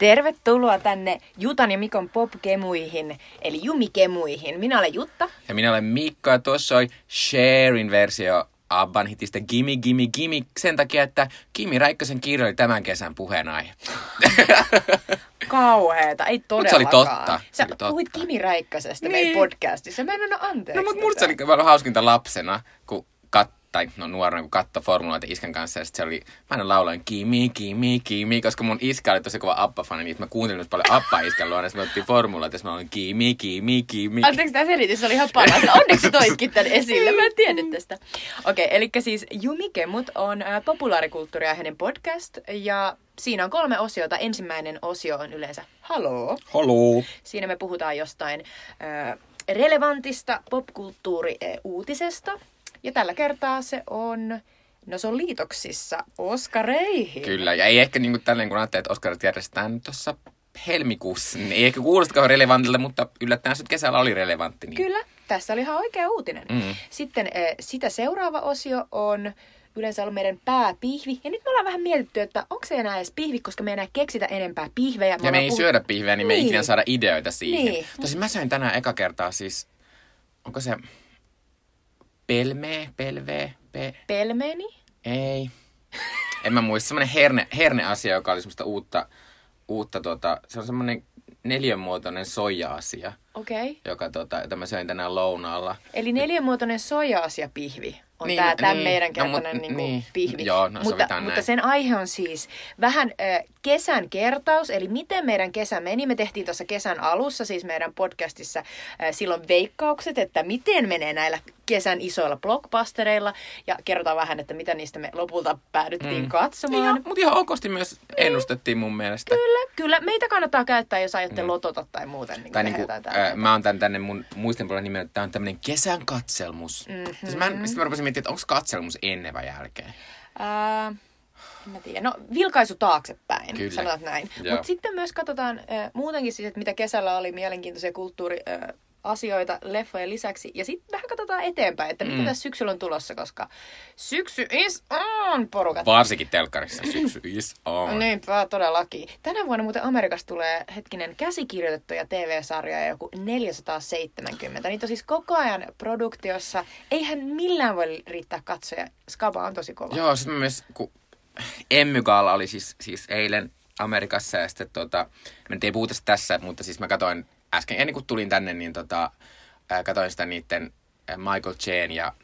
Tervetuloa tänne Jutan ja Mikon popkemuihin, eli Jumikemuihin. Minä olen Jutta. Ja minä olen Mikko, ja tuossa oli Sherin versio Abban hitistä Gimme Gimme Gimme sen takia, että Kimi Räikkösen kirja oli tämän kesän puheenaihe. Kauheeta, ei todellakaan. Mutta se oli totta. Sä puhuit Kimi Räikkösestä meidän podcastissa. Mä en anna anteeksi. No, mutta musta se oli paljon hauskinta lapsena, kun nuorena, kun katsoi formuloita iskän kanssa, ja sit se oli, mä aina lauloin Kimi, Kimi, Kimi, koska mun iskä oli tosi kova Abba-fani, niin mä kuuntelin myös paljon Abba-iskän luona, ja sitten me otettiin formuloita, ja mä olin Kimi, Kimi, Kimi. Anteeksi, tämä selitys oli ihan paras. Onneksi toitkin tän esille, mä en tiennyt tästä. Okei, eli siis Jumikemut on populaarikulttuuriaiheinen podcast, ja siinä on 3 osiota. Ensimmäinen osio on yleensä Haloo. Haloo. Siinä me puhutaan jostain relevantista popkulttuuri-uutisesta. Ja tällä kertaa se on liitoksissa Oskareihin. Kyllä, ja ei ehkä niin kuin tälleen, kun ajattelee, että Oskarit järjestetään tuossa helmikuussa, niin ei ehkä kuulostakaan relevantilta, mutta yllättäen se kesällä oli relevantti. Niin. Kyllä, tässä oli ihan oikea uutinen. Sitten sitä seuraava osio on yleensä ollut meidän pääpihvi. Ja nyt me ollaan vähän mietitty, että onko se enää edes pihvi, koska me ei enää keksitä enempää pihvejä. Ja me ei syödä pihveä, niin me ei ikinä saada ideoita siihen. Niin. Tosin mä söin tänään eka kertaa siis, onko se Pelmeni? Ei. En mä muista. Semmoinen herne-asia, joka oli semmoista uutta se on semmoinen 4-muotoinen soija-asia. Okei. Okay. Jota mä söin tänään lounaalla. Eli 4-muotoinen soija-asia pihvi on niin, tämä meidän kertainen pihvi. Joo, mutta sen aihe on siis vähän kesän kertaus, eli miten meidän kesä meni. Me tehtiin tuossa kesän alussa, siis meidän podcastissa silloin veikkaukset, että miten menee näillä kesän isoilla blockbustereilla. Ja kerrotaan vähän, että mitä niistä me lopulta päädyttiin katsomaan. Mutta ihan okosti myös ennustettiin mun mielestä. Kyllä. Meitä kannattaa käyttää, jos aiotte lotota tai muuten. Tai mä oon tänne mun muistinpuolella nimen, että tää on tämmönen kesän katselmus. Sitten mä rupesin miettimään, että onko katselmus ennen vai jälkeen? En mä tiedä. No, vilkaisu taaksepäin, Kyllä. sanotaan näin. Mutta sitten myös katsotaan muutenkin siis, että mitä kesällä oli mielenkiintoisia kulttuuriasioita leffojen lisäksi. Ja sitten vähän katsotaan eteenpäin, että mitä tässä syksyllä on tulossa, koska syksy is on, porukat. Varsinkin telkkarissa syksy is on. Niinpä, todellakin. Tänä vuonna muuten Amerikassa tulee käsikirjoitettuja TV-sarjoja joku 470. Niitä on siis koko ajan produktiossa. Eihän millään voi riittää katsoja. Skaba on tosi kova. Joo, sitten myös, kun Emmy-gaala oli siis eilen Amerikassa, ja sitten mä nyt ei puhuta tässä, mutta siis mä katsoin äsken, ennen kuin tulin tänne, niin katsoin sitä niitten Michael Chen ja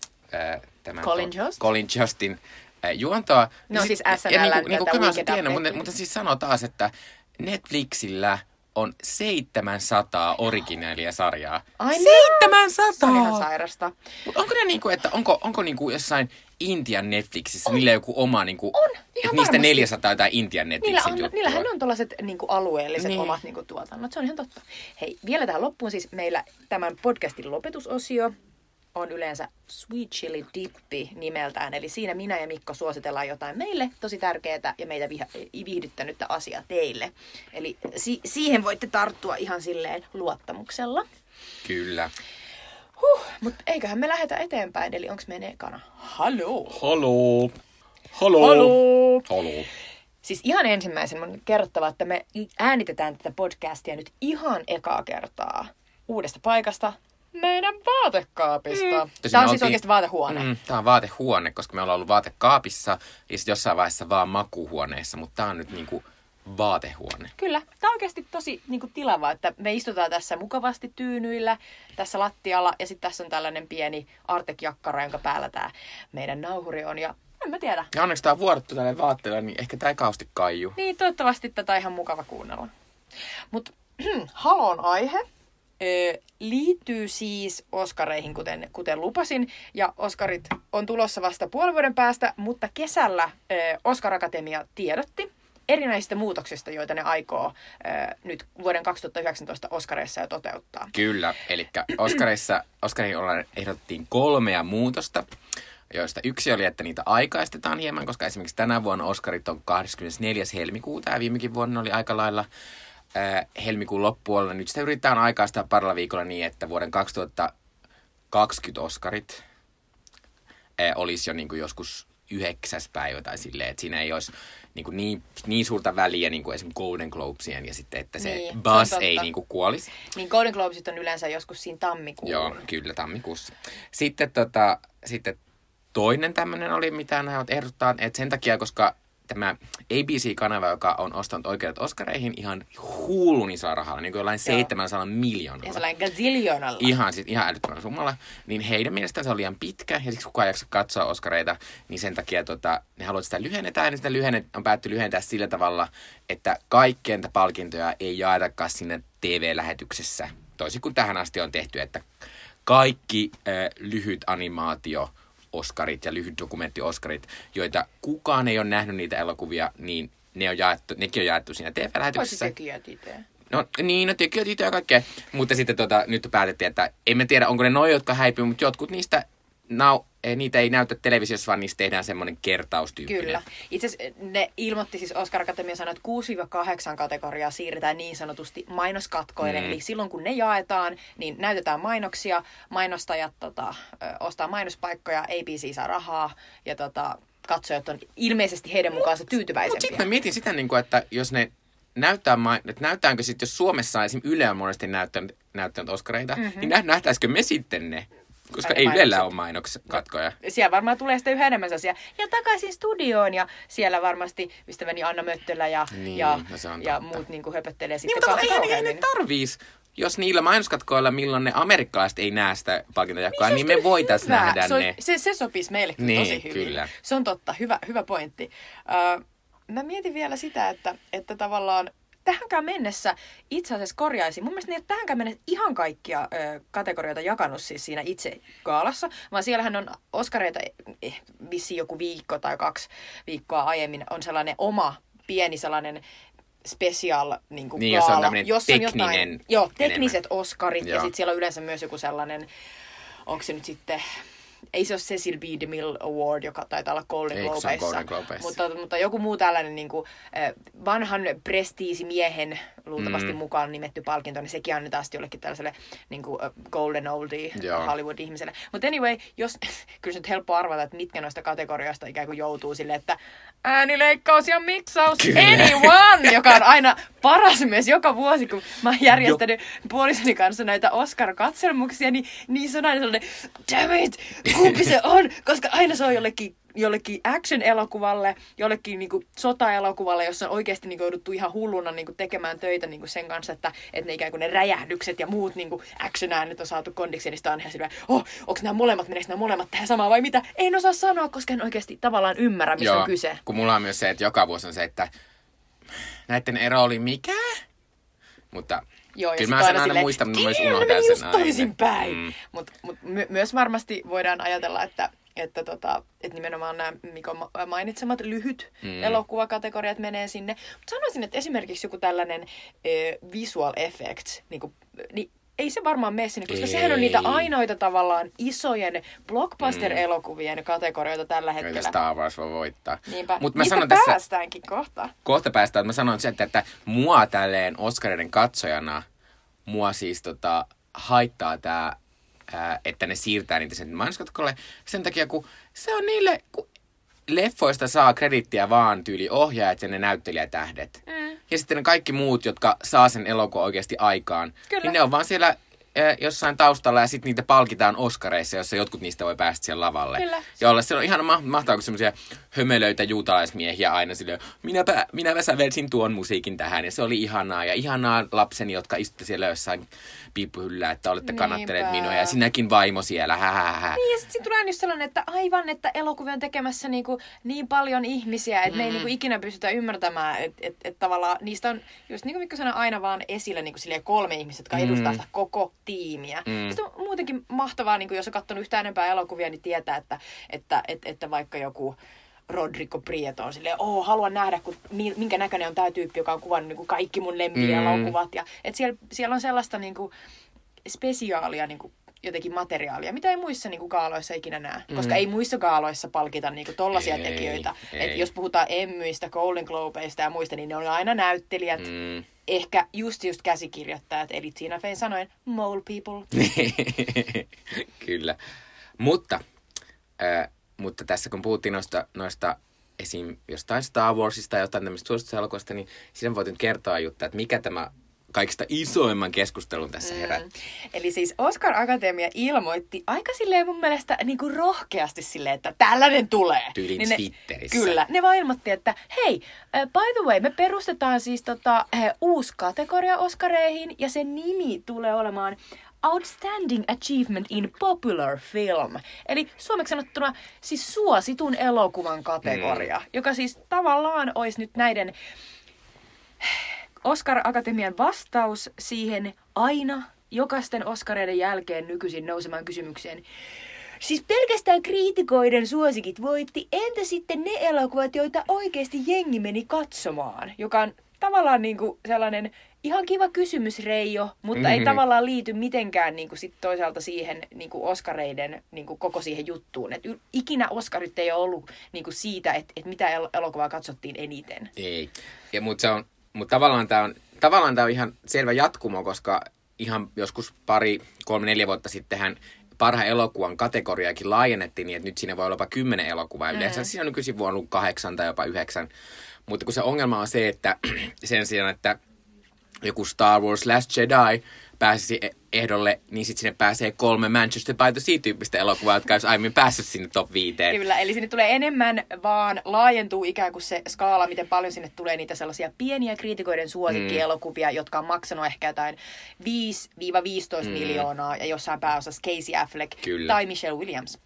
Colin Justin juontoa. No siis SNL mutta siis sanoo taas, että Netflixillä on 700 originaalia sarjaa. Ai 700! Se on ihan sairasta. Mutta onko ne niinku, että onko niinku jossain Intian Netflixissä, niillä joku oma niinku, että niistä 400 jotain Intian Netflixin juttua? Niillähän on tuollaiset niinku alueelliset omat niinku tuotannot. Se on ihan totta. Hei, vielä tähän loppuun siis meillä tämän podcastin lopetusosio on yleensä Sweet Chili Dippi nimeltään. Eli siinä minä ja Mikko suositellaan jotain meille tosi tärkeää ja meitä viihdyttänyttä asiaa teille. Eli siihen voitte tarttua ihan silleen luottamuksella. Kyllä. Mutta eiköhän me lähdetä eteenpäin. Eli onks meidän ekana? Haloo! Haloo! Haloo! Haloo! Siis ihan ensimmäisen mun kerrottava, että me äänitetään tätä podcastia nyt ihan ekaa kertaa uudesta paikasta. Meidän vaatekaapista. Tämä on siis oikeasti vaatehuone. Tämä on vaatehuone, koska me ollaan ollut vaatekaapissa ja jossain vaiheessa vaan makuuhuoneessa, mutta tämä on nyt niinku vaatehuone. Kyllä. Tämä on oikeasti tosi niinku tilavaa, että me istutaan tässä mukavasti tyynyillä tässä lattialla ja sitten tässä on tällainen pieni Artek-jakkara, jonka päällä tämä meidän nauhuri on ja en mä tiedä. Ja onneksi tämä on vuodattu tälle vaatteelle, niin ehkä tämä ei kauheasti kaiju. Niin, toivottavasti tätä on ihan mukava kuunnella. Mutta Haloon aihe liittyy siis Oskareihin, kuten lupasin. Ja Oskarit on tulossa vasta puolen vuoden päästä, mutta kesällä Oscar Akatemia tiedotti erinäisistä muutoksista, joita ne aikoo nyt vuoden 2019 Oskareissa jo toteuttaa. Kyllä, eli Oskareihin ehdotettiin 3 muutosta, joista yksi oli, että niitä aikaistetaan hieman, koska esimerkiksi tänä vuonna Oskarit on 24. helmikuuta ja viimekin vuonna oli aika lailla helmikuun loppupuolella. Nyt sitä yritetään aikaistaa parilla viikolla niin, että vuoden 2020 Oskarit olisi jo niin kuin joskus 9. päivä tai silleen, että siinä ei olisi niin suurta väliä niin kuin esimerkiksi Golden Globesien ja sitten, että se Niin, buzz se on ei totta. niin kuin kuolisi. Niin Golden Globesit on yleensä joskus siinä tammikuun. Joo, kyllä tammikuussa. Sitten, sitten toinen tämmöinen oli, mitä nämä ehdottaa, että sen takia, koska tämä ABC-kanava, joka on ostanut oikeudet Oscareihin ihan hullun isolla rahalla, niin kuin jollain 700 miljoonalla. Ja sellainen gazillionalla. Ihan älyttömällä summalla. Niin heidän mielestään se on liian pitkä, ja siksi kukaan ei jaksa katsoa Oscareita, niin sen takia ne haluavat sitä lyhennetään, ja sitä on päätty lyhentää sillä tavalla, että kaikkien palkintoja ei jaetakaan sinne TV-lähetyksessä. Toisin kuin tähän asti on tehty, että kaikki lyhyt animaatio Oscarit ja lyhyt dokumentti-Oscarit, joita kukaan ei ole nähnyt niitä elokuvia, niin nekin on jaettu siinä TV-lähetyksessä. Voisi tekijät itse. No niin, no tekijät itse ja kaikkea. Mutta sitten nyt päätettiin, että emme tiedä, onko ne noi, jotka häipyy, mutta jotkut niistä, niitä ei näytä televisiossa, vaan niistä tehdään semmoinen kertaustyyppinen. Kyllä. Itse asiassa ne ilmoitti siis Oscar Akatemia sanoi, että 6-8 kategoriaa siirretään niin sanotusti mainoskatkoille. Eli silloin kun ne jaetaan, niin näytetään mainoksia, mainostajat ostaa mainospaikkoja, ABC saa rahaa ja katsojat on ilmeisesti heidän mukaansa tyytyväisempiä. Mutta sitten mä mietin sitä, että jos ne näyttääkö sitten, jos Suomessa on esimerkiksi Yle on monesti näyttänyt Oscareita, niin nähtäisikö me sitten ne? Koska ei Ylellä ole mainoskatkoja. Siellä varmaan tulee sitten yhä enemmän sellaisia. Ja takaisin studioon. Ja siellä varmasti ystäväni Anna Möttölä ja muut niin kuin höpöttelee sitten ei ne tarvitsisi. Jos niillä mainoskatkoilla, milloin ne amerikkalaiset ei näe sitä palkintojakkoa, niin me voitaisiin nähdä ne. Se sopisi meillekin niin, tosi hyvin. Kyllä. Se on totta. Hyvä pointti. Mä mietin vielä sitä, että tavallaan tähänkään mennessä itse asiassa korjaisin. Mun mielestä ne ei ole tähänkään mennessä ihan kaikkia kategorioita jakanut siis siinä itse gaalassa, vaan siellähän on Oscareita vissiin joku viikko tai 2 viikkoa aiemmin on sellainen oma pieni sellainen special niin kuin niin, gaala, on jossa on tekninen tekniset Oscarit Joo. ja sitten siellä on yleensä myös joku sellainen, onko se nyt sitten ei se ole Cecil B. DeMille Award, joka taitaa olla Golden Globeissa. Mutta joku muu tällainen niin kuin, vanhan prestiisimiehen luultavasti mukaan nimetty palkinto, niin sekin annetaan asti jollekin tällaiselle niin kuin, Golden Oldie Hollywood-ihmiselle. Mutta anyway, kyllä se nyt helppo arvata, että mitkä noista kategorioista ikään kuin joutuu silleen, että äänileikkaus ja miksaus, anyone, joka on aina paras myös joka vuosi, kun mä oon järjestänyt puolisoni kanssa näitä Oscar-katselmuksia, niin se on aina sellainen, damn it, kumpi se on, koska aina se on jollekin action-elokuvalle, jollekin niinku sota-elokuvalle, jossa on oikeasti niinku jouduttu ihan hulluna niinku tekemään töitä niinku sen kanssa, että ne ikään kuin ne räjähdykset ja muut niinku action-äänet on saatu kondiksi, niin sitä on ihan silleen, onko nämä molemmat, meneekö nämä molemmat tähän samaan vai mitä? En osaa sanoa, koska en oikeasti tavallaan ymmärrä, mistä on kyse. Kun mulla on myös se, että joka vuosi on se, että näiden ero oli mikä? Mutta kyllä mä sen aina muistan, mutta myös unohdan sen aina. Toisinpäin. Mutta myös varmasti voidaan ajatella, että nimenomaan nämä Mikon mainitsemat lyhyt elokuvakategoriat menee sinne. Mutta sanoisin, että esimerkiksi joku tällainen visual effects, niin ei se varmaan mene sinne, koska sehän on niitä ainoita tavallaan isojen blockbuster-elokuvien kategorioita tällä hetkellä. Joita Star Wars voi voittaa. Niinpä. Mut Niistä päästäänkin kohta. Kohta päästään. Mä sanon sen, että mua tälleen Oscariden katsojana, mua siis haittaa tää, että ne siirtää niitä sen mainoskatkolle. Sen takia, kun se on niille, kun leffoista saa kredittiä vaan tyyli ohjaajat ja ne näyttelijätähdet. Ja sitten ne kaikki muut, jotka saa sen elokuvan oikeasti aikaan, niin ne on vaan siellä jossain taustalla ja sitten niitä palkitaan Oscareissa, jossa jotkut niistä voi päästä siellä lavalle. Kyllä. Ja olla siellä on ihan mahtavaa, kun semmoisia hömelöitä juutalaismiehiä aina silleen, minäpä sävelsin tuon musiikin tähän. Ja se oli ihanaa. Ja ihanaa lapseni, jotka istutte siellä jossain piippuhyllä, että olette kannatteleet minua. Ja sinäkin vaimo siellä. Niin, ja sitten tulee just sellainen, että aivan, että elokuvia on tekemässä niin paljon ihmisiä, että me ei ikinä pystytä ymmärtämään, että tavallaan niistä on, just niin kuin Mikko sanoi, aina vaan esillä niin 3 ihmistä, jotka edustaa sitä koko tiimiä. Sitten on muutenkin mahtavaa, niin jos on katsonut yhtään enempää elokuvia, niin tietää, että vaikka joku Rodrigo Prieto on silleen, haluan nähdä, minkä näköinen on tämä tyyppi, joka on kuvannut niin kuin kaikki mun lempielokuvat. Ja että siellä on sellaista niin kuin spesiaalia niin kuin jotenkin materiaalia, mitä ei muissa niin kuin gaaloissa ikinä näe. Koska ei muissa gaaloissa palkita niin kuin tollaisia tekijöitä. Että jos puhutaan Emmyistä, Golden Globeista ja muista, niin ne on aina näyttelijät. Ehkä just käsikirjoittajat, eli Tina Fey sanoen, mole people. Kyllä. Mutta mutta tässä kun puhuttiin noista esim. Jostain Star Warsista ja jotain tämmöistä suosituselokuvasta, niin siinä voitin kertoa Jutta, että mikä tämä kaikista isoimman keskustelun tässä herätti. Eli siis Oscar Akatemia ilmoitti aika silleen mun mielestä niin kuin rohkeasti silleen, että tällainen tulee. Tyylin niin Twitterissä. Kyllä, ne vaan ilmoitti, että hei, by the way, me perustetaan siis uusi kategoria Oscareihin ja sen nimi tulee olemaan Outstanding Achievement in Popular Film. Eli suomeksi sanottuna siis suositun elokuvan kategoria, joka siis tavallaan olisi nyt näiden Oscar-akatemian vastaus siihen aina jokaisten Oscareiden jälkeen nykyisin nousemaan kysymykseen. Siis pelkästään kriitikoiden suosikit voitti, entä sitten ne elokuvat, joita oikeasti jengi meni katsomaan? Joka on tavallaan niinku sellainen ihan kiva kysymys, Reijo, mutta ei tavallaan liity mitenkään niinku sit toisaalta siihen niinku Oscareiden niinku koko siihen juttuun. Et ikinä Oscarit ei ole ollut niinku siitä, että mitä elokuvaa katsottiin eniten. Ei, mutta tavallaan tämä on ihan selvä jatkumo, koska ihan joskus 3-4 vuotta sittenhän parhaan elokuvan kategoriaakin laajennettiin niin, että nyt siinä voi olla jopa 10 elokuvaa. Yleensä siinä on nykyisin vuonna 8 tai jopa 9. Mutta kun se ongelma on se, että sen sijaan, että joku Star Wars Last Jedi pääsisi ehdolle, niin sitten sinne pääsee 3 Manchester by the Sea-tyyppistä elokuvaa, jotka olisi aiemmin päässyt sinne top 5. Kyllä, eli sinne tulee enemmän, vaan laajentuu ikään kuin se skaala, miten paljon sinne tulee niitä sellaisia pieniä kriitikoiden suosikkielokuvia, jotka on maksanut ehkä jotain 5-15 miljoonaa, ja jossain pääosassa Casey Affleck tai Michelle Williams.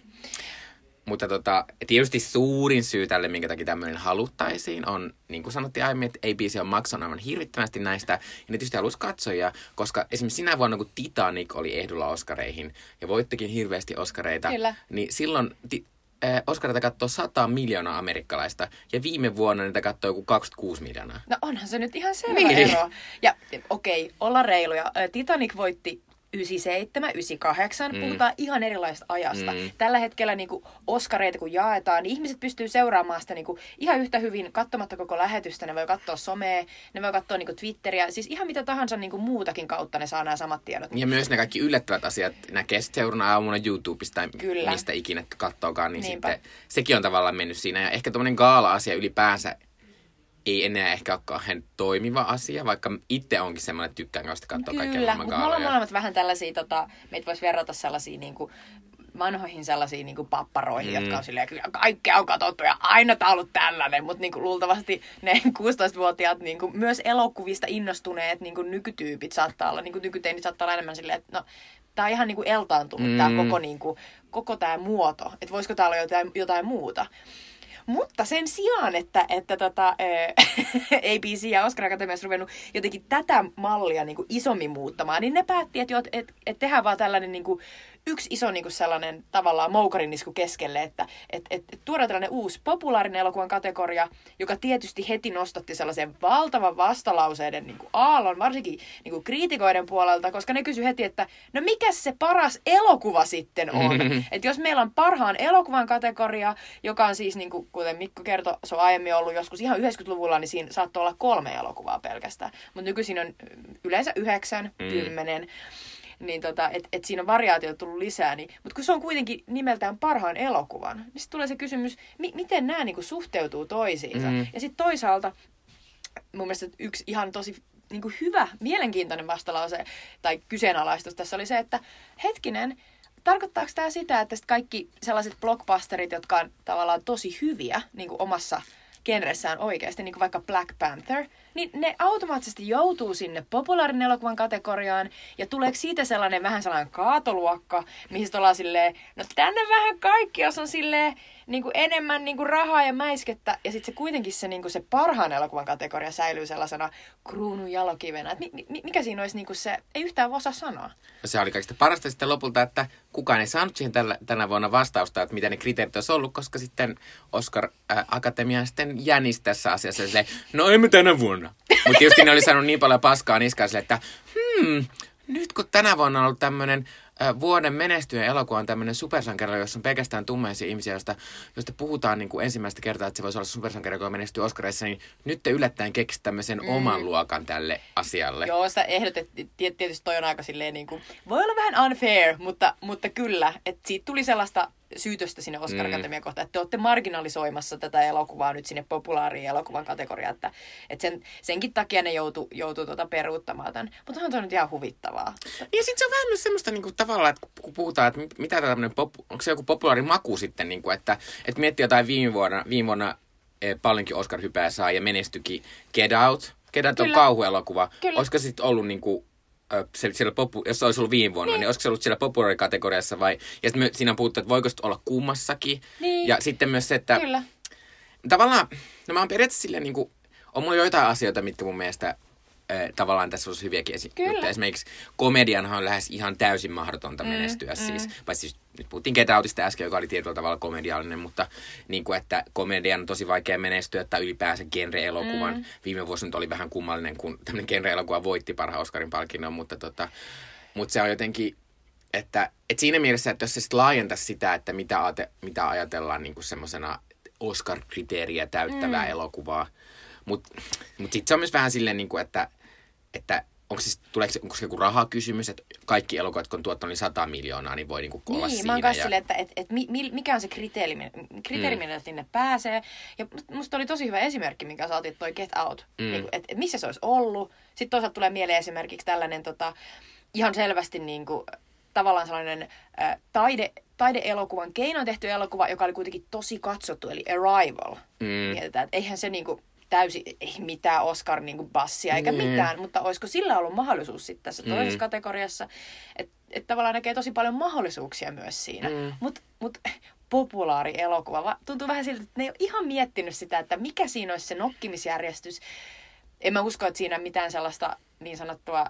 Mutta tietysti suurin syy tälle, minkä takia tämmöinen haluttaisiin, on, niin kuin sanottiin aiemmin, että ABC on maksanut aivan hirvittävästi näistä. Ja ne tietysti halusi katsoja, koska esimerkiksi sinä vuonna, kun Titanic oli ehdolla Oscareihin ja voittikin hirveästi Oscareita, niin silloin Oscareita katsoo 100 miljoonaa amerikkalaista ja viime vuonna niitä katsoo joku 26 miljoonaa. No onhan se nyt ihan selvä ero. Ja okei, ollaan reiluja. Titanic voitti 97, 98, puhutaan ihan erilaisesta ajasta. Tällä hetkellä niin kuin Oscareita kun jaetaan, niin ihmiset pystyy seuraamaan sitä niin kuin ihan yhtä hyvin katsomatta koko lähetystä. Ne voi katsoa somea, ne voi katsoa niin kuin Twitteriä, siis ihan mitä tahansa niin kuin muutakin kautta ne saa nämä samat tiedot. Ja myös ne kaikki yllättävät asiat näkee seuraavana aamuna YouTubesta tai mistä ikinä katsookaan, niin sitten sekin on tavallaan mennyt siinä. Ja ehkä tuommoinen gaala-asia ylipäänsä ei enää ehkä ole kauhean toimiva asia, vaikka itse onkin semmoinen, että tykkään kauheasti katsoa kaikkia maailman gaaloja. Kyllä, mutta me ollaan vähän tällaisia, meitä voisi verrata sellaisia niinku vanhoihin sellaisiin niinku papparoihin, jotka on silleen, kyllä kaikkea on katsottu ja aina tää on ollut tällainen, mutta niinku luultavasti ne 16-vuotiaat niinku myös elokuvista innostuneet niinku nykytyypit saattaa olla, niinku nykyteinit saattaa olla enemmän silleen, että no, tää on ihan niinku eltaantunut tää koko tää muoto, että voisiko tää olla jotain muuta. Mutta sen sijaan, että ABC ja Oscar Akatemia olisi ruvennut jotenkin tätä mallia niin kuin isommin muuttamaan, niin ne päätti, että tehdään vaan tällainen niin kuin yksi iso niin kuin sellainen tavallaan moukarinisku keskelle, että tuodaan tällainen uusi populaarinen elokuvan kategoria, joka tietysti heti nostatti sellaisen valtavan vastalauseiden niin kuin aallon, varsinkin niin kuin kriitikoiden puolelta, koska ne kysyi heti, että no mikä se paras elokuva sitten on? Että jos meillä on parhaan elokuvan kategoria, joka on siis, niin kuin, kuten Mikko kertoi, se on aiemmin ollut joskus ihan 90-luvulla, niin siinä saattoi olla 3 elokuvaa pelkästään. Mutta nykyisin on yleensä 9, 10. Niin että siinä on variaatioita tullut lisää. Mutta kun se on kuitenkin nimeltään parhaan elokuvan, niin sitten tulee se kysymys, miten nämä niinku suhteutuu toisiinsa. Ja sitten toisaalta mun mielestä yksi ihan tosi niinku hyvä, mielenkiintoinen vastalause tai kyseenalaistus tässä oli se, että hetkinen, tarkoittaako tämä sitä, että kaikki sellaiset blockbusterit, jotka on tavallaan tosi hyviä niin kuin omassa genressään oikeasti, niin kuin vaikka Black Panther, niin ne automaattisesti joutuu sinne populaarinen elokuvan kategoriaan, ja tuleeko siitä sellainen vähän sellainen kaatoluokka, mihin ollaan silleen, no tänne vähän kaikki, jos on silleen niin kuin enemmän niin kuin rahaa ja mäiskettä, ja sitten se kuitenkin se, niin kuin se parhaan elokuvan kategoria säilyy sellaisena kruunun jalokivenä. Et mikä siinä olisi niin kuin se, ei yhtään osaa sanoa. Se oli kaikista parasta sitten lopulta, että kukaan ei saanut siihen tänä vuonna vastausta, että mitä ne kriteerit olisi ollut, koska sitten Oscar Akatemia sitten jänisi tässä asiassa silleen, no emme tänä vuonna. Mutta tietysti ne oli saanut niin paljon paskaa niskaan silleen, että nyt kun tänä vuonna on ollut tämmöinen vuoden menestyjä elokuva on tämmöinen supersankari, jossa on pelkästään tummeisia ihmisiä, josta puhutaan niin kuin ensimmäistä kertaa, että se voisi olla supersankari, joka menestyy Oscarissa, niin nyt te yllättäen keksit tämmöisen oman luokan tälle asialle. Joo, sitä ehdotettiin. Tietysti toi on aika silleen niin kuin, voi olla vähän unfair, mutta kyllä, että siitä tuli sellaista syytöstä sinne Oscar Akatemian kohtaan, että te olette marginalisoimassa tätä elokuvaa nyt sinne populaariin elokuvan kategoriaan, että senkin takia ne joutuu peruuttamaan tämän. Mutta on toi nyt ihan huvittavaa. Ja sitten se on vähän myös semmoista niinku, tavallaan, että kun puhutaan, että mitä tämmöinen, onko se joku populaari maku sitten, niinku, että miettii jotain viime vuonna paljonkin Oscar-hypeä saa ja menestyikin Get Out. Get Out on kauhuelokuva. Olisiko se sitten ollut niinku, jos se olisi ollut viime vuonna, niin olisiko se ollut siellä populaarikategoriassa vai... Ja sitten siinä on puhuttu, että voiko se olla kummassakin. Niin. Ja sitten myös se, että... Kyllä. Tavallaan, no mä oon periaatteessa silleen niinku... On mulla joitain asioita, mitkä mun mielestä tavallaan tässä olisi hyviäkin juttuja. Esimerkiksi komedianhan on lähes ihan täysin mahdotonta menestyä. Siis, nyt puhuttiin Get Outista äsken, joka oli tietyllä tavalla komediallinen, mutta niin kuin, että komedian on tosi vaikea menestyä tai ylipäänsä genre-elokuvan. Viime vuosi nyt oli vähän kummallinen, kun tämmöinen genre-elokuva voitti parhaan Oscarin palkinnon, mutta se on jotenkin, että siinä mielessä, että jos se sitten laajentaisi sitä, että mitä ajatellaan niin kuin semmoisena Oscar-kriteeriä täyttävää elokuvaa. Mutta sitten se on myös vähän silleen, niin kuin, että onko se joku rahakysymys, että kaikki elokuvat, kun on tuottanut niin 100 miljoonaa, niin voi niin kuin olla siinä. Niin, mä oon kanssa silleen, että mikä on se kriteeri, millä sinne pääsee. Ja musta oli tosi hyvä esimerkki, minkä sä otit toi Get Out. Niin, että missä se olisi ollut. Sitten toisaalta tulee mieleen esimerkiksi tällainen ihan selvästi niin kuin, tavallaan sellainen taideelokuvan keinoin tehty elokuva, joka oli kuitenkin tosi katsottu, eli Arrival. Mietitään, että eihän se niinku ei mitään Oscar niinku bassia eikä mitään, mutta olisiko sillä ollut mahdollisuus sitten tässä toisessa kategoriassa, että tavallaan näkee tosi paljon mahdollisuuksia myös siinä. Mut populaari elokuva, tuntuu vähän siltä, että ne ei ole ihan miettinyt sitä, että mikä siinä olisi se nokkimisjärjestys. En mä usko, että siinä mitään sellaista niin sanottua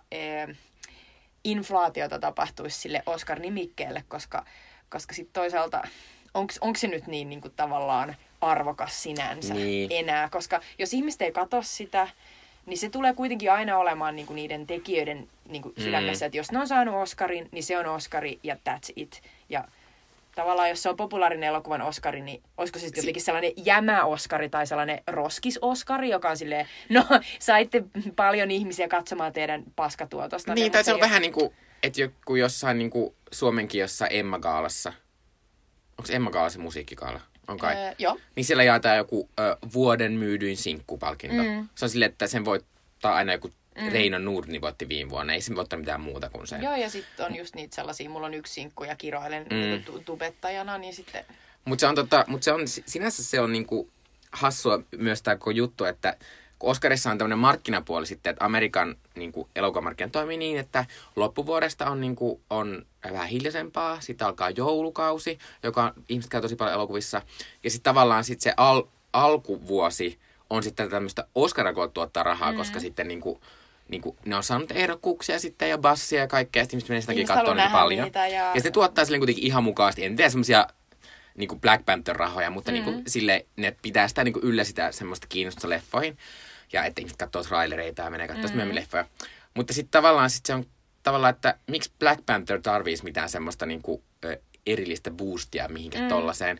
inflaatiota tapahtuisi sille Oscar-nimikkeelle, koska sitten toisaalta onko se nyt niin kuin tavallaan arvokas sinänsä enää, koska jos ihmiset ei katso sitä, niin se tulee kuitenkin aina olemaan niin kuin niiden tekijöiden niin kuin sydämessä, että jos ne on saanut Oscarin, niin se on Oscari ja that's it. Ja tavallaan jos se on populaarinen elokuvan Oscari, niin olisiko se sitten jotenkin sellainen jämä-Oscari tai sellainen roskis-Oscari, joka on silleen, no saitte paljon ihmisiä katsomaan teidän paskatuotosta. Niin, tai se on vähän niin kuin, että joku jossain niin kuin Suomenkin jossain Emma-gaalassa. Onko Emma-gaala se musiikkikaala? On kai. Joo. Niin siellä jaetaan joku vuoden myydyin sinkkupalkinto. Se on silleen, että sen voittaa aina joku Reino Nurni voitti viime vuonna. Ei se voittaa mitään muuta kuin sen. Joo, ja sitten on just niitä sellaisia, mulla on yksi sinkku ja kiroilen tubettajana, niin sitten... Mutta se on sinänsä se on niinku hassua myös tämä koko juttu, että kun Oscarissa on tämmöinen markkinapuoli sitten, että Amerikan niinku elokuvamarkkina toimii niin, että loppuvuodesta on vähän hiljaisempaa, sitten alkaa joulukausi, joka ihmiset käy tosi paljon elokuvissa, ja sitten tavallaan sit se alkuvuosi on sitten tämmöistä Oscar-koot tuottaa rahaa, koska sitten niinku ne on saanut ehdokkuuksia sitten ja bassia ja kaikkea, ja sitten ihmiset menee sitäkin katsoa niin paljon. Ja sitten tuottaa silleen kuitenkin ihan mukaasti, en tiedä semmoisia niinku Black Panther-rahoja, mutta niinku sille ne pitää sitä niinku yllä sitä semmoista kiinnostusta leffoihin. Ja että ihmiset katsoo trailereita ja menee katsoa myöhemmin leffoja. Mutta sitten tavallaan se on tavallaan, että miksi Black Panther tarvitsisi mitään semmoista niinku erillistä boostia mihinkään tollaseen.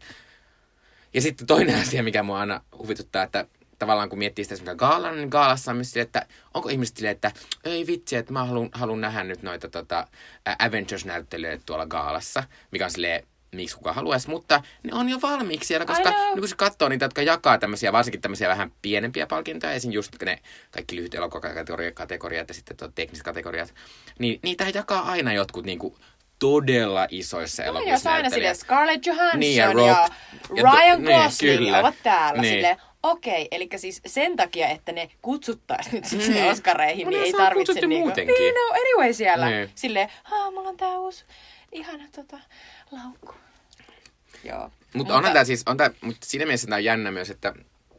Ja sitten toinen asia, mikä mua aina huvituttaa, että tavallaan kun miettii sitä esimerkiksi gaalan, niin gaalassa on myös silleen, että onko ihmiset silleen, että ei vitsi, että mä haluan nähdä nyt noita Avengers-näyttelijöitä tuolla gaalassa, mikä on silleen, miksi kukaan haluaisi, mutta ne on jo valmiiksi siellä, koska kun se katsoo niitä, jotka jakaa tämmöisiä, varsinkin tämmöisiä vähän pienempiä palkintoja, esim. Just ne kaikki lyhyt elokuvakategoriat ja sitten tekniset kategoriat, niin niitä jakaa aina jotkut niinku todella isoissa elokuvissa aina silleen Scarlett Johansson niin, ja Ryan Gosling ovat täällä silleen. Okei, eli siis sen takia, että ne kutsuttaisiin nyt sinne Oscareihin, niin ei tarvitse niinku... Niin, no anyway siellä. Silleen, mulla on tää uusi ihana laukku. Joo. Mutta onhan tää siis, mutta siinä mielessä tää on jännä myös, että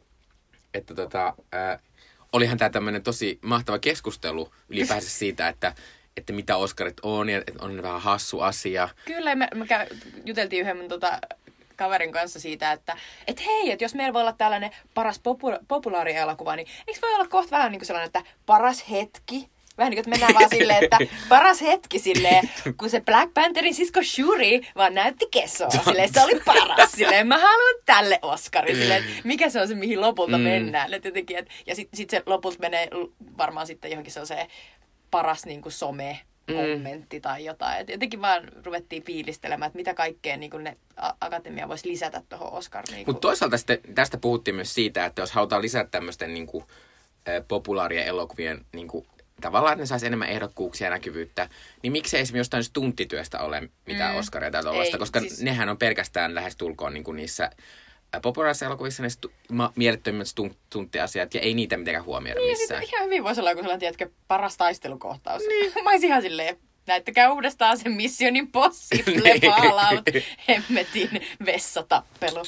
olihan tää tämmönen tosi mahtava keskustelu ylipäänsä siitä, että mitä Oscarit on ja että on vähän hassu asia. Kyllä, me juteltiin yhden mun kaverin kanssa siitä, että hei, että jos meillä voi olla tällainen paras populaarielokuva, niin eikö voi olla kohta vähän niin kuin sellainen, että paras hetki? Vähän niin kuin, että mennään vaan silleen, että paras hetki silleen, kun se Black Pantherin sisko Shuri vaan näytti kesoa. Silleen, se oli paras. Silleen, mä haluan tälle Oscarin. Silleen, mikä se on se, mihin lopulta mennään. Ja sitten se lopulta menee varmaan sitten johonkin sellaiseen paras niin kuin some kommentti tai jotain. Et jotenkin vaan ruvettiin fiilistelemään, että mitä kaikkea niin ne akatemia voisi lisätä tuohon Oscar. Niin Mutta toisaalta sitten, tästä puhuttiin myös siitä, että jos halutaan lisätä tämmöisten niin kuin, populaarien elokuvien niin kuin, tavallaan, että ne saisi enemmän ehdokkuuksia ja näkyvyyttä, niin miksei esimerkiksi jostain stuntityöstä ole mitään Oscaria tai tuollaista, koska siis nehän on pelkästään lähestulkoon niin kuin niissä populaarisissa elokuvissa ne mielettömimmät stunttiasiat, ja ei niitä mitenkään huomioida missään. Ihan hyvin voisi olla joku sellainen, tiedätkö, paras taistelukohtaus. Niin. Mä olisin ihan silleen, näyttäkää uudestaan sen Mission Impossible Fallout, hemmetin vessatappelu.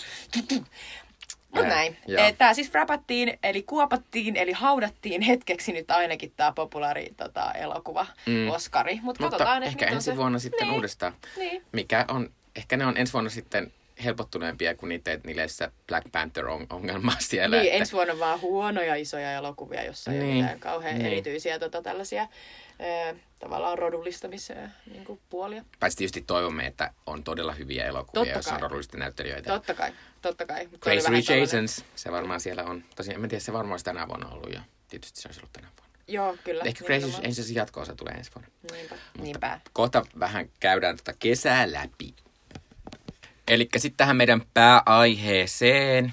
Mutta näin. Tää siis räpättiin, eli kuopattiin, eli haudattiin hetkeksi nyt ainakin tää populaari elokuva Oscari. Mutta katsotaan, ehkä ensi vuonna sitten uudestaan. Niin. Mikä on, ehkä ne on ensi vuonna sitten helpottuneempia kuin niissä Black Panther-ongelmaa siellä. Niin, ensi vuonna vaan huonoja isoja elokuvia, jossa ei ole mitään kauhean erityisiä tällaisia tavallaan rodullistamisia niin puolia. Paitsi tietysti toivomme, että on todella hyviä elokuvia, joissa on rodullisia näyttelijöitä. Totta kai. Crazy Rich Asians, se varmaan siellä on. Tosiaan, en tiedä, se varmaan olisi tänä vuonna ollut ja tietysti se olisi ollut tänä vuonna. Joo, kyllä. Ehkä Crazy Rich Asians jatko-osa tulee ensi vuonna. Niinpä. Kohta vähän käydään kesää läpi. Elikkä sitten tähän meidän pääaiheeseen.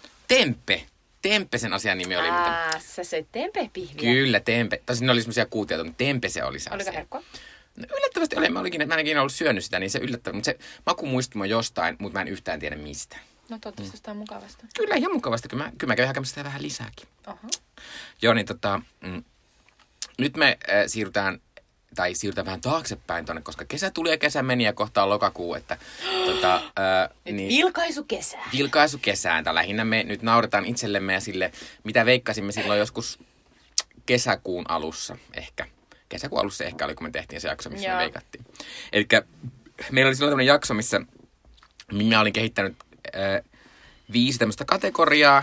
Tempe sen asian nimi oli. Sä söit tempepihviä. Kyllä, tempe. Tai siinä oli semmoisia kuutioita, mutta tempe se oli se Oliko asia. herkkua? No, yllättävästi oli. Mä en ikinä ollut syönyt sitä, niin se yllättävää. Mutta se maku muistui jostain, mutta mä en yhtään tiedä mistä. No toivottavasti jostain mukavasta. Kyllä, ihan mukavasti. Kyllä mä kävin hakemassa sitä vähän lisääkin. Oho. Joo, niin nyt me siirrytään vähän taaksepäin tonne, koska kesä tuli ja kesä meni ja kohta on lokakuu, että niin, vilkaisukesään. Tai lähinnä me nyt nauretaan itsellemme ja sille, mitä veikkasimme silloin joskus kesäkuun alussa ehkä. Kesäkuun alussa ehkä oli, kun me tehtiin se jakso, missä me veikattiin. Elikkä meillä oli silloin tämmöinen jakso, missä minä olin kehittänyt 5 tämmöistä kategoriaa,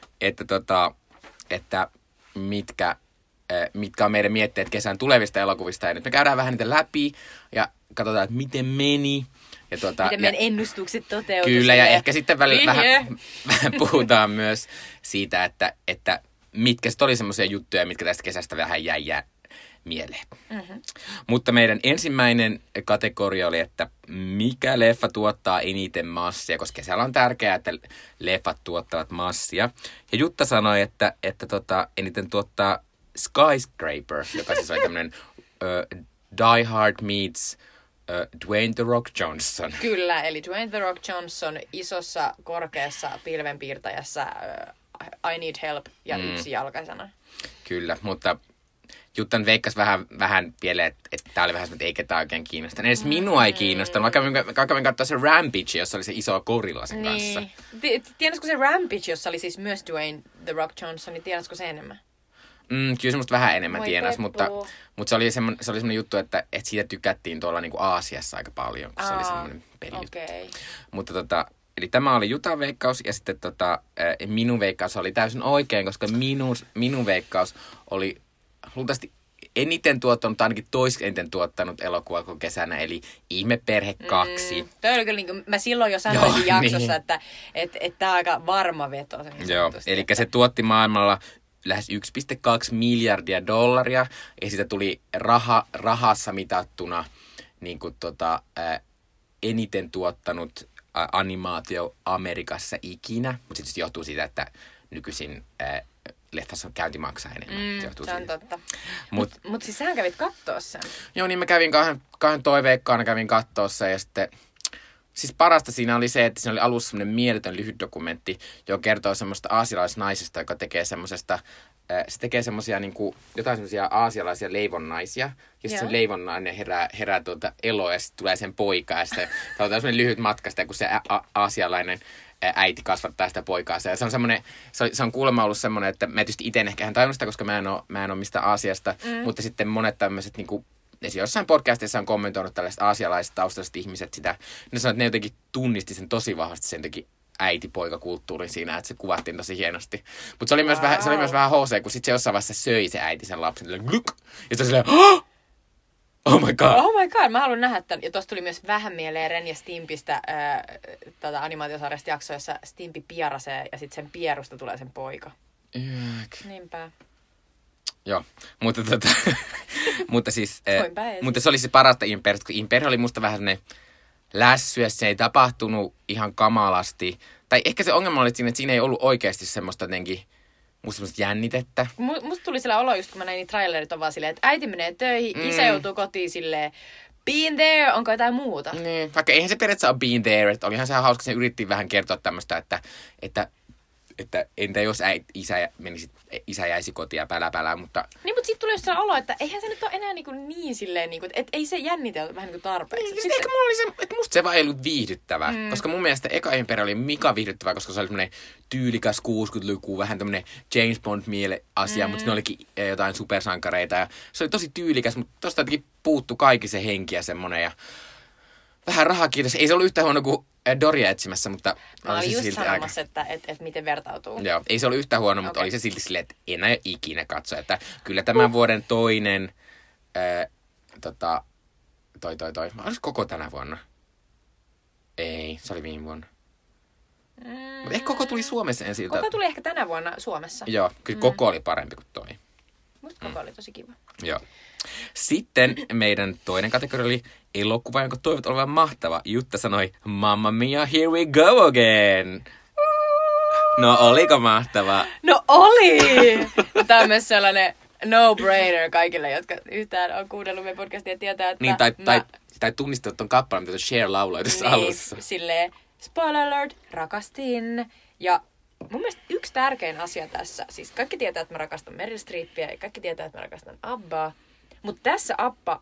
että mitkä on meidän mietteet kesän tulevista elokuvista. Ja nyt me käydään vähän niitä läpi ja katsotaan, että miten meni. Ja miten meidän ennustukset toteutuivat. Kyllä, ja ehkä sitten vähän puhutaan myös siitä, että mitkä sitten oli semmoisia juttuja, mitkä tästä kesästä vähän jäi mieleen. Mm-hmm. Mutta meidän ensimmäinen kategoria oli, että mikä leffa tuottaa eniten massia, koska kesällä on tärkeää, että leffat tuottavat massia. Ja Jutta sanoi, että eniten tuottaa Skyscraper, joka siis oli tämmöinen Die Hard meets Dwayne The Rock Johnson. Kyllä, eli Dwayne The Rock Johnson isossa, korkeassa pilvenpiirtäjässä I Need Help ja yksijalkaisena. Kyllä, mutta Juttan veikkasi vähän vielä, että tämä oli vähän semmoinen, että ei ketään oikein kiinnostanut. Edes minua ei kiinnostanut. Mä kävin katsoa se Rampage, jossa oli se iso gorilla sen kanssa. Tiedätkö se Rampage, jossa oli siis myös Dwayne The Rock Johnson, niin tiedätkö se enemmän? Kyllä semmoista vähän enemmän tienas, mutta se oli semmoinen juttu, että siitä tykättiin tuolla niinku Aasiassa aika paljon, kun se oli semmoinen pelijuttu. Okay. Mutta eli tämä oli Jutan veikkaus ja sitten minun veikkaus oli täysin oikein, koska minun veikkaus oli luultavasti eniten tuottanut, ainakin toiseniten tuottanut elokuva koko kesänä, eli Ihmeperhe 2. Toi oli kyllä, niin kuin mä silloin jo sanoin jaksossa, että tämä on aika varma veto. Joo, eli se tuotti maailmalla lähes $1.2 miljardia, ja siitä tuli rahassa mitattuna niin kuin eniten tuottanut animaatio Amerikassa ikinä, mutta se tietysti johtuu siitä, että nykyisin leffassa käynti maksaa enemmän. Se on totta. Mut siis sähän kävit kattoo sen. Joo, niin mä kävin kahden toiveikkaana kattoo sen, ja sitten siis parasta siinä oli se, että siinä oli alussa semmoinen mieletön lyhyt dokumentti, joka kertoo semmoista aasialaisnaisesta, joka tekee semmoisesta, se tekee semmoisia niinku, jotain semmoisia aasialaisia leivonnaisia, ja sitten se leivonnainen herää eloa, ja sitten tulee sen poika, ja sitten on semmoinen lyhyt matka sitä, kun se aasialainen äiti kasvattaa sitä poikaansa. Ja se on semmoinen, se on kuulemma ollut semmoinen, että mä tietysti itse ehkä en tajunnut sitä, koska mä en ole mistään Aasiasta, mutta sitten monet tämmöiset niinku, esimerkiksi jossain podcastissa on kommentoinut tällaiset aasialaiset taustaiset ihmiset sitä, ne sanoo, että ne jotenkin tunnisti sen tosi vahvasti sen jotenkin äiti-poika-kulttuurin siinä, että se kuvattiin tosi hienosti. Mutta se oli myös vähän HC, kun sitten se jossain vaiheessa söi se äiti sen lapsen, ja se oli silleen, oh my god, mä haluan nähdä tämän. Ja tosta tuli myös vähän mieleen Ren ja Stimpistä animaatiosarjasta jaksoa, jossa Stimpi pierasee ja sitten sen pierusta tulee sen poika. Niinpä. Joo, mutta Mutta siis, Toinpä esiin. mutta se oli se parasta Imperistä, kun Imper oli musta vähän sellainen lässy, ja se ei tapahtunut ihan kamalasti. Tai ehkä se ongelma oli siinä, että siinä ei ollut oikeasti semmoista jotenkin, musta semmoista jännitettä. Musta tuli sillä olo just, kun mä näin niitä trailerit, on vaan silleen, että äiti menee töihin, isä joutuu kotiin silleen, been there, onko jotain muuta? Niin, vaikka eihän se periaatteessa ole been there, että olihan se hauska, se yritti vähän kertoa tämmöistä, että entä jos isä jäisi kotiin ja pälä, mutta... Niin, mutta sitten tuli just sellainen olo, että eihän se nyt ole enää niin silleen, että ei se jännitä vähän niin kuin tarpeeksi. Niin, ehkä mulla oli se, että musta se vaan ei ollut viihdyttävää. Koska mun mielestä eka Imperi oli Mika viihdyttävää, koska se oli semmoinen tyylikäs 60-luku, vähän tämmöinen James Bond-miele asia, mutta siinä olikin jotain supersankareita. Ja se oli tosi tyylikäs, mutta tosta jotenkin puuttu kaikki se henki ja semmoinen. Ja vähän rahaa kiitos. Ei se ollut yhtä huono kuin Doria etsimässä, mutta... Mä olin just silti sanomassa, että miten vertautuu. Joo, ei se ollut yhtä huono, mutta oli se silti silleen, että en aio ikinä katsoa. Että kyllä tämän vuoden toinen... Olisiko koko tänä vuonna? Ei, se oli viime vuonna. Mutta ehkä koko tuli Suomessa ensin. Koko tuli ehkä tänä vuonna Suomessa. Joo, kyllä koko oli parempi kuin toi. Musta koko oli tosi kiva. Joo. Sitten meidän toinen kategoria oli elokuva, jonka toivot olevan mahtava. Jutta sanoi, Mamma Mia, here we go again. No, oliko mahtava? No oli! Tämä on myös sellainen no-brainer kaikille, jotka yhtään on kuunnellut meidän podcastia ja tietää, että niin, tai tunnistat ton kappaleen, mitä Cher lauloi tässä alussa. Silleen, spoiler alert, rakastin. Ja mun mielestä yksi tärkein asia tässä, siis kaikki tietää, että mä rakastan Meryl Streepiä ja kaikki tietää, että mä rakastan Abbaa. Mutta tässä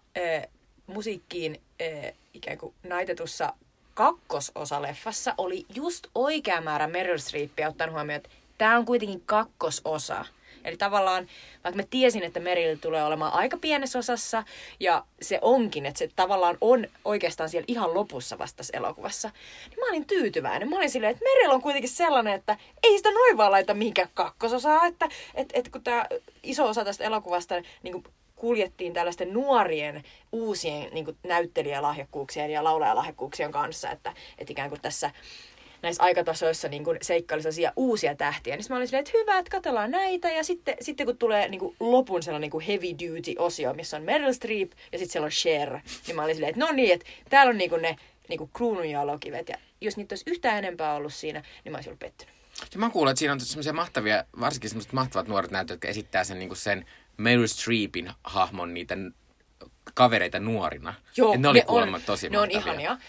Abba-musiikkiin ikään kuin naitetussa kakkososa-leffassa oli just oikea määrä Meryl Streepiä, ottaen huomioon, että tää on kuitenkin kakkososa. Eli tavallaan, vaikka mä tiesin, että Meryl tulee olemaan aika pienessä osassa, ja se onkin, että se tavallaan on oikeastaan siellä ihan lopussa vasta tässä elokuvassa, niin mä olin tyytyväinen. Mä olin silleen, että Meryl on kuitenkin sellainen, että ei sitä noin vaan laita mihinkään kakkososaa, että kun tää iso osa tästä elokuvasta niin kuin kuljettiin tällaisten nuorien uusien niin kuin näyttelijälahjakkuuksien ja laulajalahjakkuuksien kanssa, että ikään kuin tässä näissä aikatasoissa niin kuin seikkaili uusia tähtiä. Niin mä olin silleen, että hyvä, että katsellaan näitä. Ja sitten kun tulee niin kuin lopun sellainen niin kuin heavy duty-osio, missä on Meryl Streep ja sitten siellä on Cher, niin mä olin silleen, että no niin, että täällä on niin kuin ne niin kuin kruununjalokivet. Ja jos niitä olisi yhtään enempää ollut siinä, niin mä olisin ollut pettynyt. Ja mä kuulen, että siinä on semmoisia mahtavia, varsinkin semmoiset mahtavat nuoret näyttelijät, jotka esittää sen, niin kuin sen Meryl Streepin hahmon niitä kavereita nuorina. Joo, ne oli kuulemma tosi ne mahtavia. on ihania.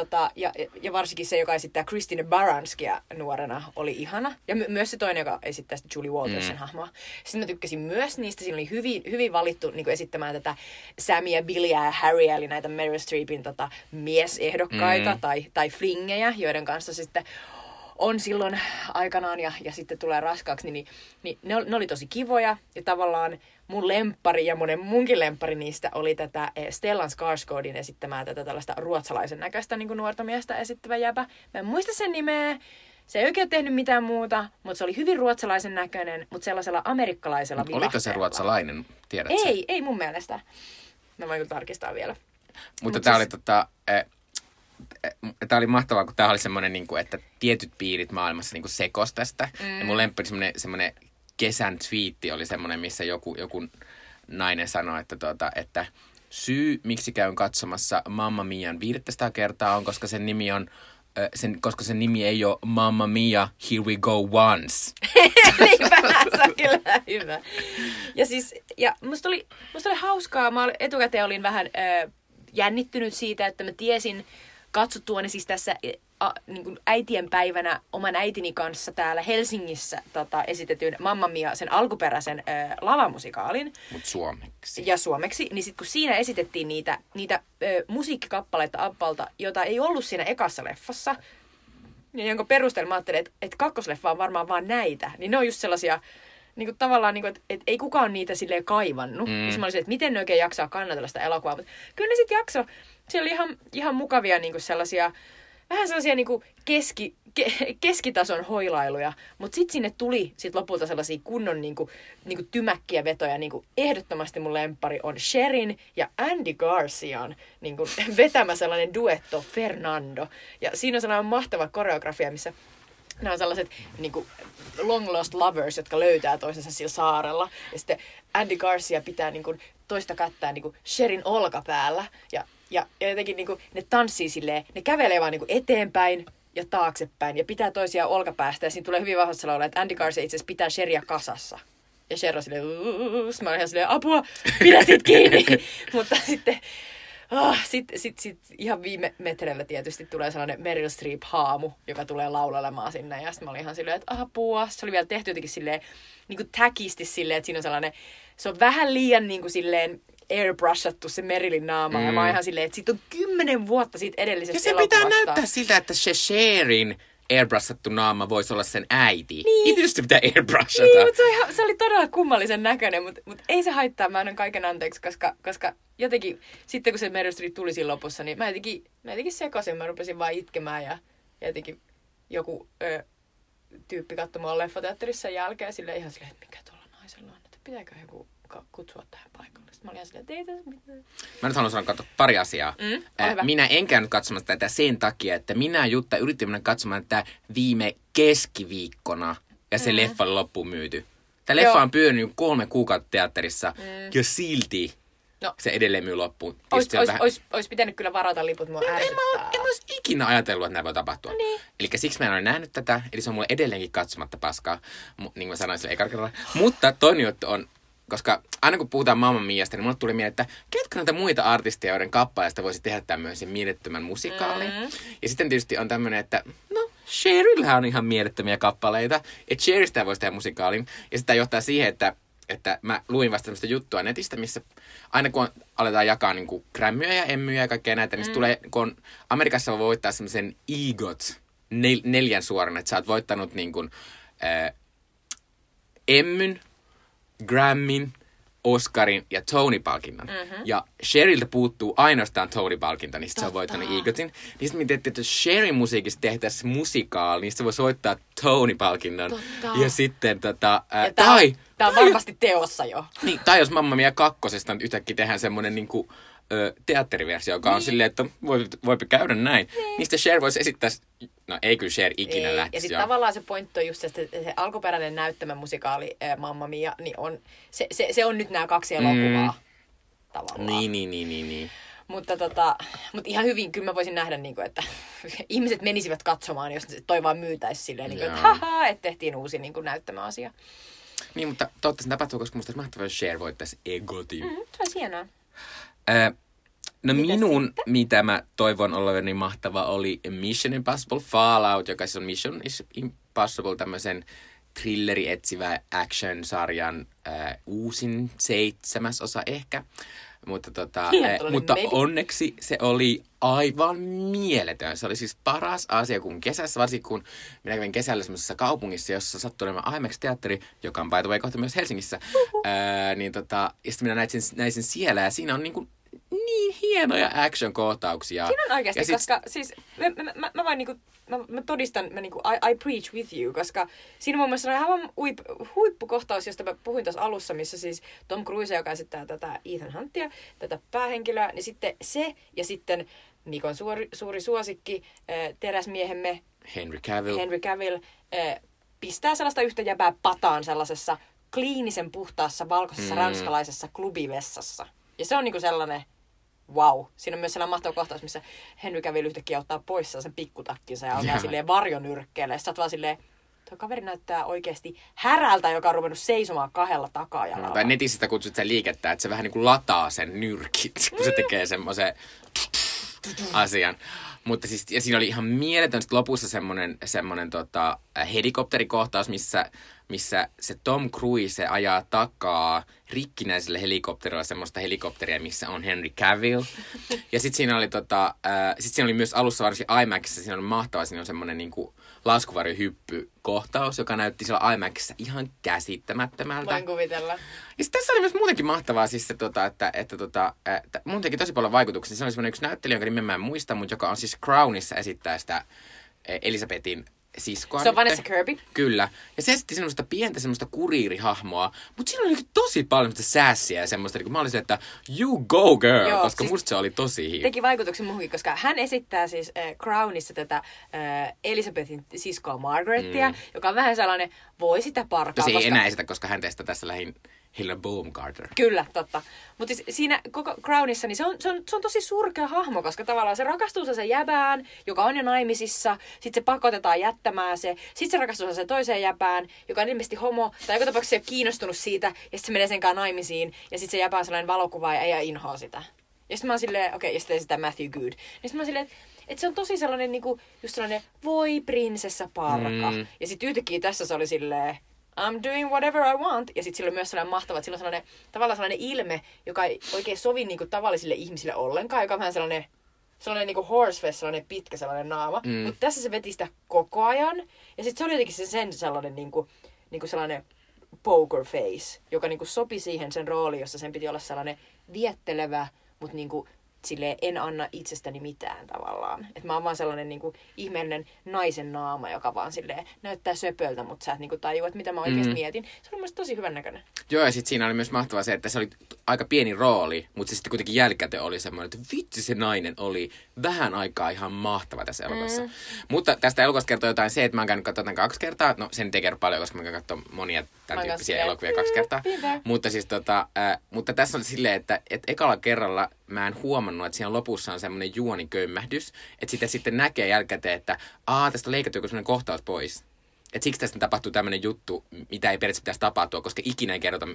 Ja varsinkin se, joka esittää Christine Baranskia nuorena, oli ihana. Ja myös se toinen, joka esittää sitä Julie Waltersin hahmoa. Sitten mä tykkäsin myös niistä. Siinä oli hyvin valittu niin kuin esittämään tätä Sammyä, Billyä ja Harryä, eli näitä Meryl Streepin miesehdokkaita tai flingejä, joiden kanssa sitten on silloin aikanaan ja sitten tulee raskaaksi, niin ne oli tosi kivoja. Ja tavallaan mun lemppari ja monen munkin lemppari niistä oli tätä Stellan Skarsgårdin esittämää tätä tällaista ruotsalaisen näköistä niin kuin nuorta miestä esittävä jäbä. Mä en muista sen nimeä. Se ei oikein tehnyt mitään muuta, mutta se oli hyvin ruotsalaisen näköinen, mutta sellaisella amerikkalaisella vivahteella. Oliko se ruotsalainen, tiedätkö? Ei mun mielestä. Mä voin kyllä tarkistaa vielä. Mutta tää oli Tämä oli mahtavaa, kun tämä oli semmoinen, että tietyt piirit maailmassa sekos tästä. Ja mun lemppari semmoinen kesän twiitti oli semmoinen, missä joku nainen sanoi, että syy, miksi käyn katsomassa Mamma Mian 500 kertaa on, koska sen nimi on koska sen nimi ei ole Mamma Mia, Here We Go Once. Niinpä, se on kyllä hyvä. Ja musta oli hauskaa. Mä etukäteen olin vähän jännittynyt siitä, että mä tiesin katsottuani siis tässä niin kuin äitien päivänä oman äitini kanssa täällä Helsingissä esitetyn Mamma Mia, sen alkuperäisen lavamusikaalin. Mut suomeksi. Ja suomeksi. Niin sit kun siinä esitettiin niitä musiikkikappaleita Abbalta, jota ei ollut siinä ekassa leffassa, ja jonka perusteella mä ajattelin, että kakkosleffa on varmaan vaan näitä, niin ne on just sellaisia niin kuin tavallaan, niin kuin, että ei kukaan niitä silleen kaivannut. Ja mä olisin, että miten ne oikein jaksaa kannatella sitä elokuvaa. Mutta kyllä ne sitten jakso. Siellä oli ihan mukavia niin kuin sellaisia, vähän sellaisia niin kuin keskitason hoilailuja. Mutta sitten sinne tuli sit lopulta sellaisia kunnon niin kuin tymäkkiä vetoja. Niin kuin ehdottomasti mun lemppari on Sherin ja Andy Garcian niin kuin vetämä sellainen duetto Fernando. Ja siinä on sellainen mahtava koreografia, missä nämä on sellaiset niinku long lost lovers, jotka löytää toisensa sillä saarella. Ja sitten Andy Garcia pitää niinku toista kättää niinku Sherin olkapäällä. Ja jotenkin niinku ne tanssii silleen, ne kävelee vaan niinku eteenpäin ja taaksepäin ja pitää toisiaan olkapäästä. Ja siinä tulee hyvin vahvasti sellainen, että Andy Garcia itse asiassa pitää Sheria kasassa. Ja Cher on silleen, mä oon ihan silleen, apua, pidä sit kiinni. Mutta sitten, sit ihan viime metreillä tietysti tulee sellainen Meryl Streep-haamu, joka tulee laulelemaan sinne. Ja sitten mä olin ihan silleen, että apua. Se oli vielä tehty jotenkin silleen, niin kuin täkisti silleen, että siinä on sellainen, se on vähän liian niin kuin silleen airbrushattu se Merylin naama. Ja mä oon ihan silleen, että siitä on 10 vuotta siitä edellisestä elokuvasta. Ja se pitää näyttää siltä, että se Sherin airbrushатtu naama voisi olla sen äiti. Niin. Ei tietysti pitää airbrushata. Niin, mutta se oli todella kummallisen näköinen, mutta ei se haittaa, mä annan kaiken anteeksi, koska jotenkin sitten kun se Meryl Streep tuli siinä lopussa, niin mä jotenkin sekoisin, mä rupesin vaan itkemään ja jotenkin joku tyyppi katsomaan leffateatterissa sen jälkeen silleen ihan silleen, että mikä tuolla naisella on, että pitääkö joku kutsua tähän paikalle. Sitten mä olin ihan silleen, että ei tässä mitään. Mä nyt haluan sanoa katsoa pari asiaa. Minä en käynyt katsomassa tätä sen takia, että minä ja Jutta yritin mennä katsomaan tätä viime keskiviikkona ja se leffa oli loppuun myyty. Tämä leffa on pyörinyt 3 kuukautta teatterissa ja silti se edelleen myy loppuun. Ois pitänyt kyllä varata liput, mua ärsyttää. En mä olisi ikinä ajatellut, että näin voi tapahtua. No niin. Eli siksi mä en ole nähnyt tätä, eli se on mulle edelleenkin katsomatta paskaa, niin kuin mä sanoin sille ekalla kerralla. Mutta toinen juttu on, koska aina kun puhutaan Mamma Miasta, niin mulle tuli mieleen, että ketkä näitä muita artisteja, joiden kappaleista voisi tehdä tämmöisen mielettömän musikaalin. Ja sitten tietysti on tämmöinen, että no, Sherillähän on ihan mielettömiä kappaleita, että Cheristä voisi tehdä musikaalin. Ja sitä johtaa siihen, että mä luin vasta tämmöistä juttua netistä, missä aina kun aletaan jakaa niin kuin Grammyjä ja Emmyjä ja kaikkea näitä, niin tulee, kun Amerikassa voi voittaa semmoisen EGOT 4 suoran, että sä oot voittanut niin kuin, Emmyn, Grammyn, Oscarin ja Tony-palkinnon. Ja Sheriltä puuttuu ainoastaan Tony-palkinto, niin se on voittanut EGOTin. Niin sitten me tehtiin, että Sherin musiikissa tehtäisiin musikaali, niin se voi soittaa Tony-palkinnon. Totta. Ja sitten Tää on varmasti teossa jo. Niin, tai jos Mamma Mia 2 nyt yhtäkkiä tehdään semmoinen niinku teatteriversio, joka on silleen, että voipi käydä näin. Niin sitten Cher voisi esittää, no ei kyllä Cher ikinä lähtisi. Ja sitten tavallaan se pointti on just, että se alkuperäinen näyttämä musikaali Mamma Mia, niin se on nyt nämä 2 elokuvaa tavallaan. Niin. Mutta ihan hyvin, kyllä mä voisin nähdä, niin kuin, että ihmiset menisivät katsomaan, jos toi vaan myytäisi silleen, niin kuin, että haha, että tehtiin uusi niin kuin näyttämäasia. Niin, mutta toivottavasti tapahtuu, koska musta olisi mahtavaa, jos Cher voittaisi EGOTin. Se olisi hienoa. No mitä mä toivon olevani mahtava, oli Mission Impossible Fallout, joka siis on Mission Impossible tämmöisen thrilleri etsivä action-sarjan uusin 7. osa ehkä. Mutta, mutta onneksi se oli aivan mieletön. Se oli siis paras asia kuin kesässä, varsinkin kun minä kävin kesällä semmoisessa kaupungissa, jossa sattui olemaan IMAX-teatteri, joka on by the way kohta myös Helsingissä. Ja sitten minä näin sen siellä ja siinä on niin hienoja action-kohtauksia. Siinä on oikeasti, koska siis mä vain niinku, mä todistan, I preach with you, koska siinä muun muassa on aivan huippukohtaus, josta mä puhuin tuossa alussa, missä siis Tom Cruise, joka esittää tätä Ethan Huntia, tätä päähenkilöä, niin sitten se ja sitten Mikon suuri suosikki, teräsmiehemme Henry Cavill pistää sellaista yhtä jäbää pataan sellaisessa kliinisen puhtaassa valkoisessa ranskalaisessa klubivessassa. Ja se on niinku sellainen, wow. Siinä on myös sellainen mahtava kohtaus, missä Henry Cavill yhtäkkiä ottaa pois sen pikkutakkinsa ja alkaa silleen varjonyrkkeelle. Sä oot vaan silleen, tuo kaveri näyttää oikeasti härältä, joka on ruvennut seisomaan 2 takajalalla. Tai netissä sitä kutsut sen liikettä, että se vähän niin kuin lataa sen nyrkit, kun se tekee semmoisen asian. Mutta siis, ja siinä oli ihan mieletön lopussa semmoinen helikopterikohtaus, missä se Tom Cruise ajaa takaa rikkinäisellä helikopterilla semmoista helikopteria, missä on Henry Cavill. Ja sitten siinä oli myös alussa varsinkin IMAXissa, siinä on mahtava, siinä on semmoinen niinku laskuvarjohyppykohtaus, joka näytti siellä IMAXissa ihan käsittämättömältä. Voin kuvitella. Ja sitten tässä oli myös muutenkin mahtavaa siis se, että mun teki tosi paljon vaikutuksia. Se oli semmoinen yksi näyttelijä, jonka nimen mä en muista, mutta joka on siis Crownissa esittää sitä Elisabetin siskoa. Se on Vanessa Kirby. Kyllä. Ja se esitti semmoista pientä semmoista kuriirihahmoa, mutta siinä oli tosi paljon semmoista sässiä ja semmoista, niin mä olin että you go girl, joo, koska siis musta se oli tosi hieno. Teki vaikutuksen muuhunkin, koska hän esittää siis Crownissa tätä Elizabethin siskoa Margaretia, joka on vähän sellainen, voi sitä parkaa. Se ei enää esitä, koska hän testaa tässä lähin Helena Bonham Carter. Kyllä, totta. Mutta siis siinä koko Crownissa niin se on tosi surkea hahmo, koska tavallaan se rakastuu sen jäbään, joka on jo naimisissa, sitten se pakotetaan jättämään se, sitten se rakastuu sen toiseen jäbään, joka on ilmeisesti homo, tai joka tapauksessa ei ole kiinnostunut siitä, ja sitten se menee senkaan naimisiin, ja sitten se jäbä on sellainen valokuvaaja ja inhoa sitä. Ja sitten mä oon silleen, okei, ja sitten sitä Matthew Good. Ja sitten mä oon silleen, että se on tosi sellainen, niinku, just sellainen, voi prinsessa parka. Ja sitten yhtäkkiä tässä se oli silleen, I'm doing whatever I want. Ja sitten sillä on myös sellainen mahtava, että sillä on sellainen, tavallaan sellainen ilme, joka ei oikein sovi niinku tavallisille ihmisille ollenkaan, joka on vähän sellainen niinku horseface, sellainen pitkä sellainen naama. Mutta tässä se veti sitä koko ajan. Ja sitten se oli jotenkin sen sellainen niinku sellainen poker face, joka niinku sopi siihen sen rooliin, jossa sen piti olla sellainen viettelevä, mutta niinku silleen en anna itsestäni mitään tavallaan. Että mä oon vaan sellainen niinku ihmeellinen naisen naama, joka vaan silleen näyttää söpöltä, mutta sä et niinku tajua, että mitä mä oikeasti mietin. Se oli mielestäni tosi hyvän näköinen. Joo, ja sitten siinä oli myös mahtavaa se, että se oli aika pieni rooli, mutta se sitten kuitenkin jälkikäteen oli semmoinen, että vitsi se nainen oli vähän aikaa ihan mahtava tässä elokuvassa. Mutta tästä elokuvasta kertoo jotain se, että mä oon käynyt katsomaan tämän 2 kertaa. No sen ei kerro paljon, koska mä oon katsomaan monia tämän tyyppisiä elokuvia 2 kertaa. Mutta siis mutta tässä oli silleen, että ekalla kerralla mä en huomannut, että siinä lopussa on semmoinen juonikömmähdys, että sitä sitten näkee jälkikäteen, että tästä on leikattu joku semmoinen kohtaus pois. Että siksi tästä tapahtuu tämmöinen juttu, mitä ei periaatteessa pitäisi tapahtua, koska ikinä ei kerrota,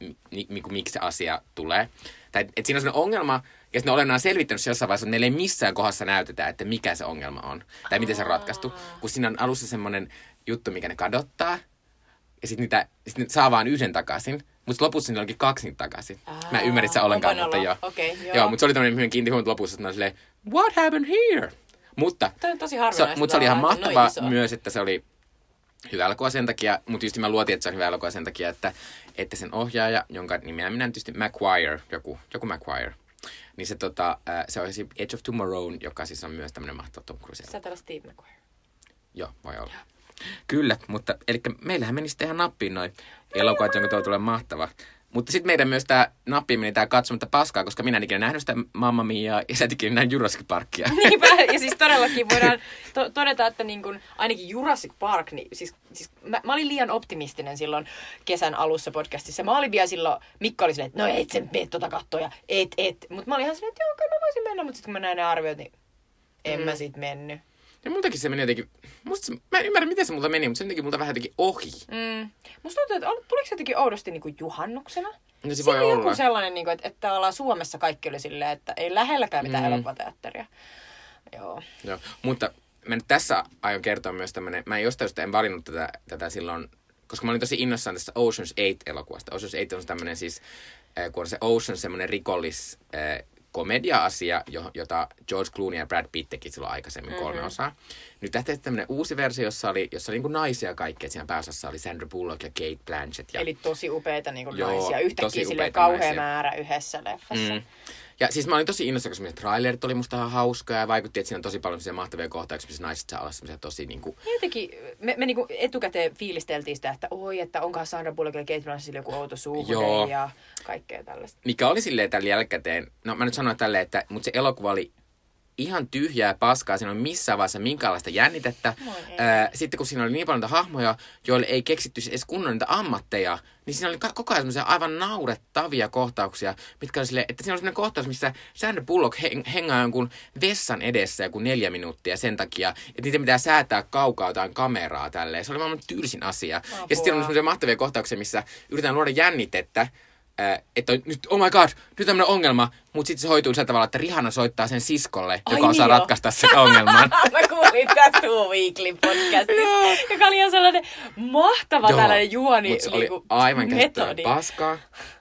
miksi se asia tulee. Tai että siinä on semmoinen ongelma, ja sitten ne olennaan selvittänyt se jossain vaiheessa, että meillä ei missään kohdassa näytetä, että mikä se ongelma on. Tai miten se on ratkaistu. Kun siinä on alussa semmoinen juttu, mikä ne kadottaa, ja sitten ne saa vaan yhden takaisin. Mutta lopussa niillä onkin 2 takaisin. Mä en ymmärrä sitä ollenkaan, mutta joo. Okay, joo, mutta se oli tämmöinen kiinti huomioon lopussa, että ne oli silleen, what happened here? Mutta tosi mutta se oli ihan mahtavaa myös, että se oli hyvä elokuva sen takia, mutta just mä luotin, että se on hyvä elokuva sen takia, että sen ohjaaja, jonka nimeä minä tietysti McQuire, joku McQuire, niin se olisi Edge of Tomorrow, joka siis on myös tämmöinen mahtava Tom Cruise. Sä oot Steve McQuire. Joo, voi olla. Kyllä, mutta eli meillähän meni sitten ihan nappiin noin elokuvat, jonka tulee mahtava. Mutta sitten meidän myös tämä nappi meni tää katsomatta paskaa, koska minä en ikinä nähnyt sitä Mamma Miaa ja sä et ikinä nähnyt Jurassic Parkia. Niinpä, ja siis todellakin voidaan todeta, että niin kun, ainakin Jurassic Park, niin siis mä olin liian optimistinen silloin kesän alussa podcastissa. Mä olin vielä silloin, Mikko oli silleen, että no et sen mene tuota kattoa ja et. Mutta mä olin ihan silleen, että joo, kyllä mä voisin mennä, mutta sitten kun mä näin ne arviot, niin en mä sit mennyt. Ja multakin se meni jotenkin, mä en ymmärrä miten se multa meni, mutta se jotenkin multa vähän jotenkin ohi. Musta tuntuu, että tuliko se jotenkin oudosti niin kuin juhannuksena? No se voi olla. Joku sellainen, niin kuin, että ollaan Suomessa kaikki oli silleen, että ei lähelläkään mitään elokuvateatteria. Joo, mutta mä nyt tässä aion kertoa myös tämmönen, mä jostain en valinnut tätä silloin, koska mä olin tosi innossaan tästä Ocean's 8-elokuvasta. Ocean's 8 on tämmönen siis, kun on se Ocean semmonen rikollis komedia-asia, jota George Clooney ja Brad Pitt teki silloin aikaisemmin 3 osaa. Nyt tästä tämmöinen uusi versio, jossa oli niin kuin naisia kaikkea. Siinä pääosassa oli Sandra Bullock ja Cate Blanchett. Eli tosi upeita niin kuin naisia. Yhtäkkiä silleen kauhea naisia. Määrä yhdessä leffassa. Ja siis mä olin tosi innostunut, koska trailerit oli musta ihan hauskaa ja vaikutti, että siinä on tosi paljon mahtavia kohtauksia, missä naiset saa olla semmoisia tosi niinku. Jotenkin, me niinku etukäteen fiilisteltiin sitä, että oi, että onkohan Sandra Bullock ja Cate Blanchett joku outo suhde ja kaikkea tällaista. Mikä oli silleen tällä jälkikäteen, no mä nyt sanoin tälleen, että mutta se elokuva oli ihan tyhjää paskaa, siinä oli missään vaiheessa minkäänlaista jännitettä. Sitten kun siinä oli niin paljon hahmoja, joille ei keksitty edes kunnon niitä ammatteja, niin siinä oli koko ajan semmoisia aivan naurettavia kohtauksia, mitkä oli silleen, että siinä oli semmoinen kohtaus, missä Sandra Bullock hengaa jonkun vessan edessä joku 4 minuuttia sen takia, että niitä pitää säätää kaukaa jotain kameraa tälleen. Se oli maailman tylsin asia. Ja sitten on semmoisia mahtavia kohtauksia, missä yritetään luoda jännitettä, että nyt, oh my god, nyt on ongelma, mutta sitten se hoituu sillä tavalla, että Rihanna soittaa sen siskolle, joka osaa ratkaista sen ongelman. Mä kuulin tästä Two Weekly podcastissa, joka oli ihan sellainen mahtava tällainen juoni. Mutta se oli aivan käsittämätön paskaa.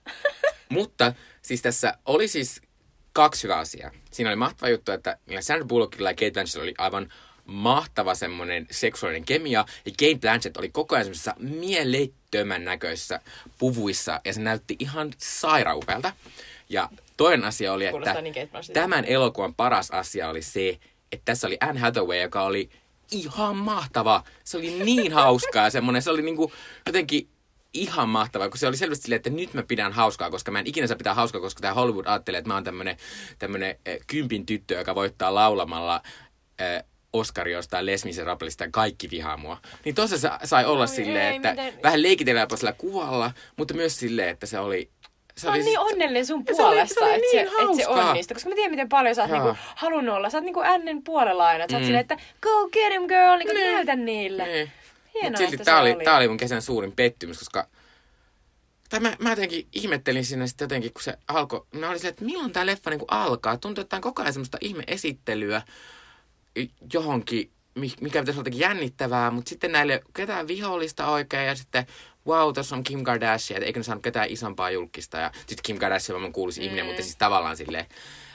Mutta siis tässä oli siis 2 hyvää asiaa. Siinä oli mahtava juttu, että Sandra Bullockilla ja Cate Blanchett oli aivan mahtava semmoinen seksuaalinen kemia. Ja Cate Blanchett oli koko ajan semmoisessa mielettömän näköisissä puvuissa. Ja se näytti ihan sairaupealta. Ja toinen asia oli, että tämän elokuvan paras asia oli se, että tässä oli Anne Hathaway, joka oli ihan mahtava. Se oli niin hauskaa semmoinen, se oli niinku jotenkin ihan mahtavaa, kun se oli selvästi silleen, että nyt mä pidän hauskaa, koska mä en ikinä saa pitää hauskaa, koska tää Hollywood ajattelee, että mä oon tämmönen kympin tyttö, joka voittaa laulamalla Oscar jostain Les Miserablesista ja kaikki vihaa mua. Niin tossa se sai olla silleen, että vähän leikitellä jopa sillä kuvalla, mutta myös silleen, että se oli... Mä oon niin onnellinen sun puolesta, että se onnistui. Koska mä tiedän, miten paljon sä oot niinku halunnut olla. Sä oot niinku ännen puolella aina. Sä oot silleen, että go get him girl, niinku näytä niille. Hienoa, silti että tää oli mun kesän suurin pettymys, koska... Tai mä jotenkin ihmettelin siinä sitten jotenkin, kun se alkoi. Mä olin silleen, että milloin tää leffa niinku alkaa. Tuntuu, että tää on koko ajan semmoista ihme-esittelyä johonkin, mikä pitäisi olla jotenkin jännittävää, mutta sitten näille ketään vihollista oikein ja sitten wow, tuossa on Kim Kardashian, että eikö ne saanut ketään isompaa julkista ja sitten Kim Kardashian on kuuluisi ihminen, mutta siis tavallaan silleen.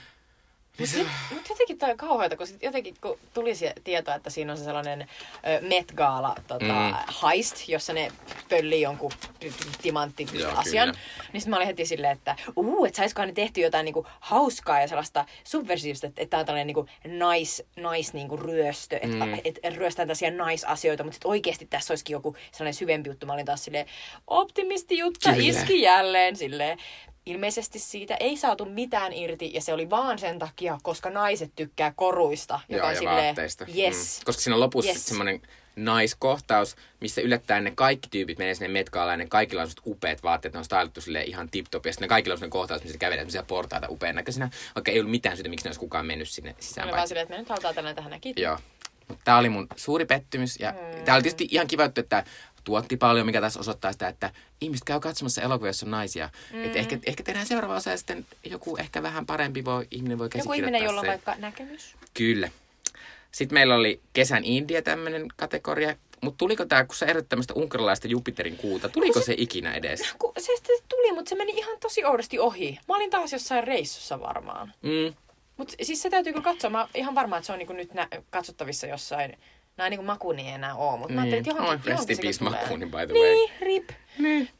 Mutta jotenkin toi on kauheata, kun jotenkin kun tuli se tieto, että siinä on se sellainen Met Gala heist, jossa ne pöllii jonkun timanttiasian. Niin sitten mä olin heti silleen, että saisikohan ne tehty jotain niinku hauskaa ja sellaista subversiivista, että tää on tällainen niinku niinku ryöstö, että ryöstään tällaisia naisasioita, mutta sitten oikeasti tässä olisikin joku sellainen syvempi juttu. Mä olin taas silleen, optimisti Jutta iski jälleen silleen. Ilmeisesti siitä ei saatu mitään irti ja se oli vaan sen takia, koska naiset tykkää koruista. Joka on silleen, vaatteista. Yes. Koska siinä on lopussa semmoinen naiskohtaus, missä yllättäen ne kaikki tyypit menee sinne Met Galaan ja ne kaikilla on upeat vaatteet, ne on stylettu silleen ihan tip-top ja sitten ne kaikilla on semmoinen kohtaus, missä kävelee semmoisia portaita upean näköisinä, vaikka ei ollut mitään syytä, miksi ne olisi kukaan mennyt sinne sisään. Vaan silleen, että me nyt halutaan tähän näkin. Joo. Mutta tää oli mun suuri pettymys ja tää oli tietysti ihan kiva, että tuotti paljon, mikä tässä osoittaa sitä, että ihmiset käy katsomassa elokuvia, jossa on naisia. Että ehkä tehdään seuraava osa ja sitten joku ehkä vähän parempi ihminen voi käsikirjoittaa. Joku ihminen, jolla on vaikka näkemys. Kyllä. Sitten meillä oli kesän India tämmöinen kategoria. Mutta tuliko tämä, kun sä ehdot tämmöistä unkarilaista Jupiterin kuuta, tuliko se ikinä edes? Se tuli, mutta se meni ihan tosi oudosti ohi. Mä olin taas jossain reissussa varmaan. Mutta siis se täytyy kyllä katsoa. Mä ihan varmaan, että se on niinku nyt katsottavissa jossain. Nämä niin Makuni ei enää ole, mutta mä ajattelin, että johonkin se kyllä Makuni, by the way. Niin, rip. Niin.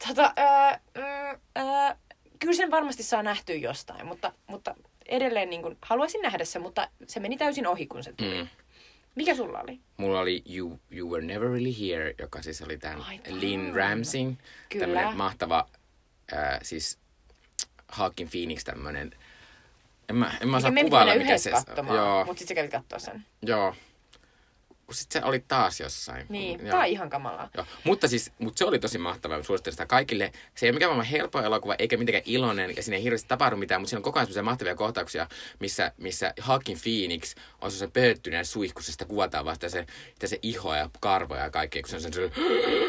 Kyllä sen varmasti saa nähtyä jostain, mutta edelleen niin kuin, haluaisin nähdä se, mutta se meni täysin ohi, kun se tuli. Mikä sulla oli? Mulla oli You Were Never Really Here, joka siis oli tämän Lynn Ramsey. Tämmöinen mahtava, siis Joaquin Phoenix tämmöinen. En mä osaa kuvailla, mikä se on. Mutta sitten sä kävit katsoa sen. Joo. Kun sitten se oli taas jossain. Niin, tää on ihan kamalaa. Joo. Mutta se oli tosi mahtavaa. Suosittelen sitä kaikille. Se ei ole mikään helppo elokuva, eikä mitenkään iloinen, ja siinä ei hirveästi tapahdu mitään, mutta siinä on koko ajan sellaisia mahtavia kohtauksia, missä Joaquin Phoenix on se pööttyneen suihkussa, sitä kuvataan vasta se ihoa ja karvoja ja kaikkea, kun se on sen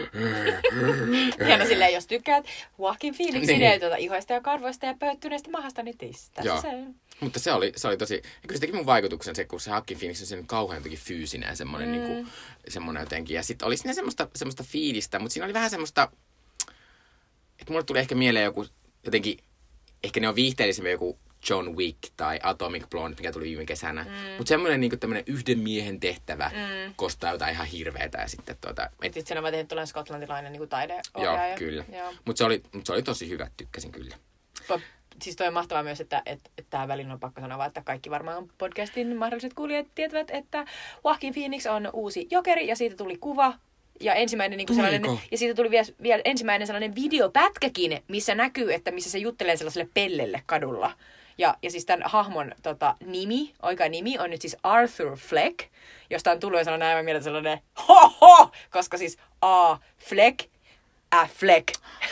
hieno silleen, jos tykkäät Joaquin Phoenixin ihoista ja karvoista ja pööttyneestä mahasta, niin tässä se. Mutta se oli tosi, ja kyllä se teki mun vaikutuksen se, kun se Joaquin Phoenix on sen kauhean jotenkin fyysinen ja semmoinen niinku, semmoinen jotenkin. Ja sitten oli siinä semmoista fiilistä, mutta siinä oli vähän semmoista, että mulle tuli ehkä mieleen joku jotenkin, ehkä ne on viihteellisemmin joku John Wick tai Atomic Blonde, mikä tuli viime kesänä. Mutta semmoinen niinku tämmöinen yhden miehen tehtävä kostaa jotain ihan hirveetä ja sitten Sitten siinä on vaan tehty tuollainen skotlantilainen niinku taideohjaaja. Joo, kyllä. Mutta se oli tosi hyvä, tykkäsin kyllä. Siis toi on mahtavaa myös, että tähän väliin on pakko sanoa, että kaikki varmaan podcastin mahdolliset kuulijat tietävät, että Joaquin Phoenix on uusi jokeri ja siitä tuli kuva. Ja ensimmäinen niin kuin sellainen, ja siitä tuli vielä ensimmäinen sellainen videopätkäkin, missä näkyy, että missä se juttelee sellaiselle pellelle kadulla. Ja siis tämän hahmon oikea nimi on nyt siis Arthur Fleck, josta on tullut jo sellainen aivan mieltä sellainen koska siis Fleck. Affleck.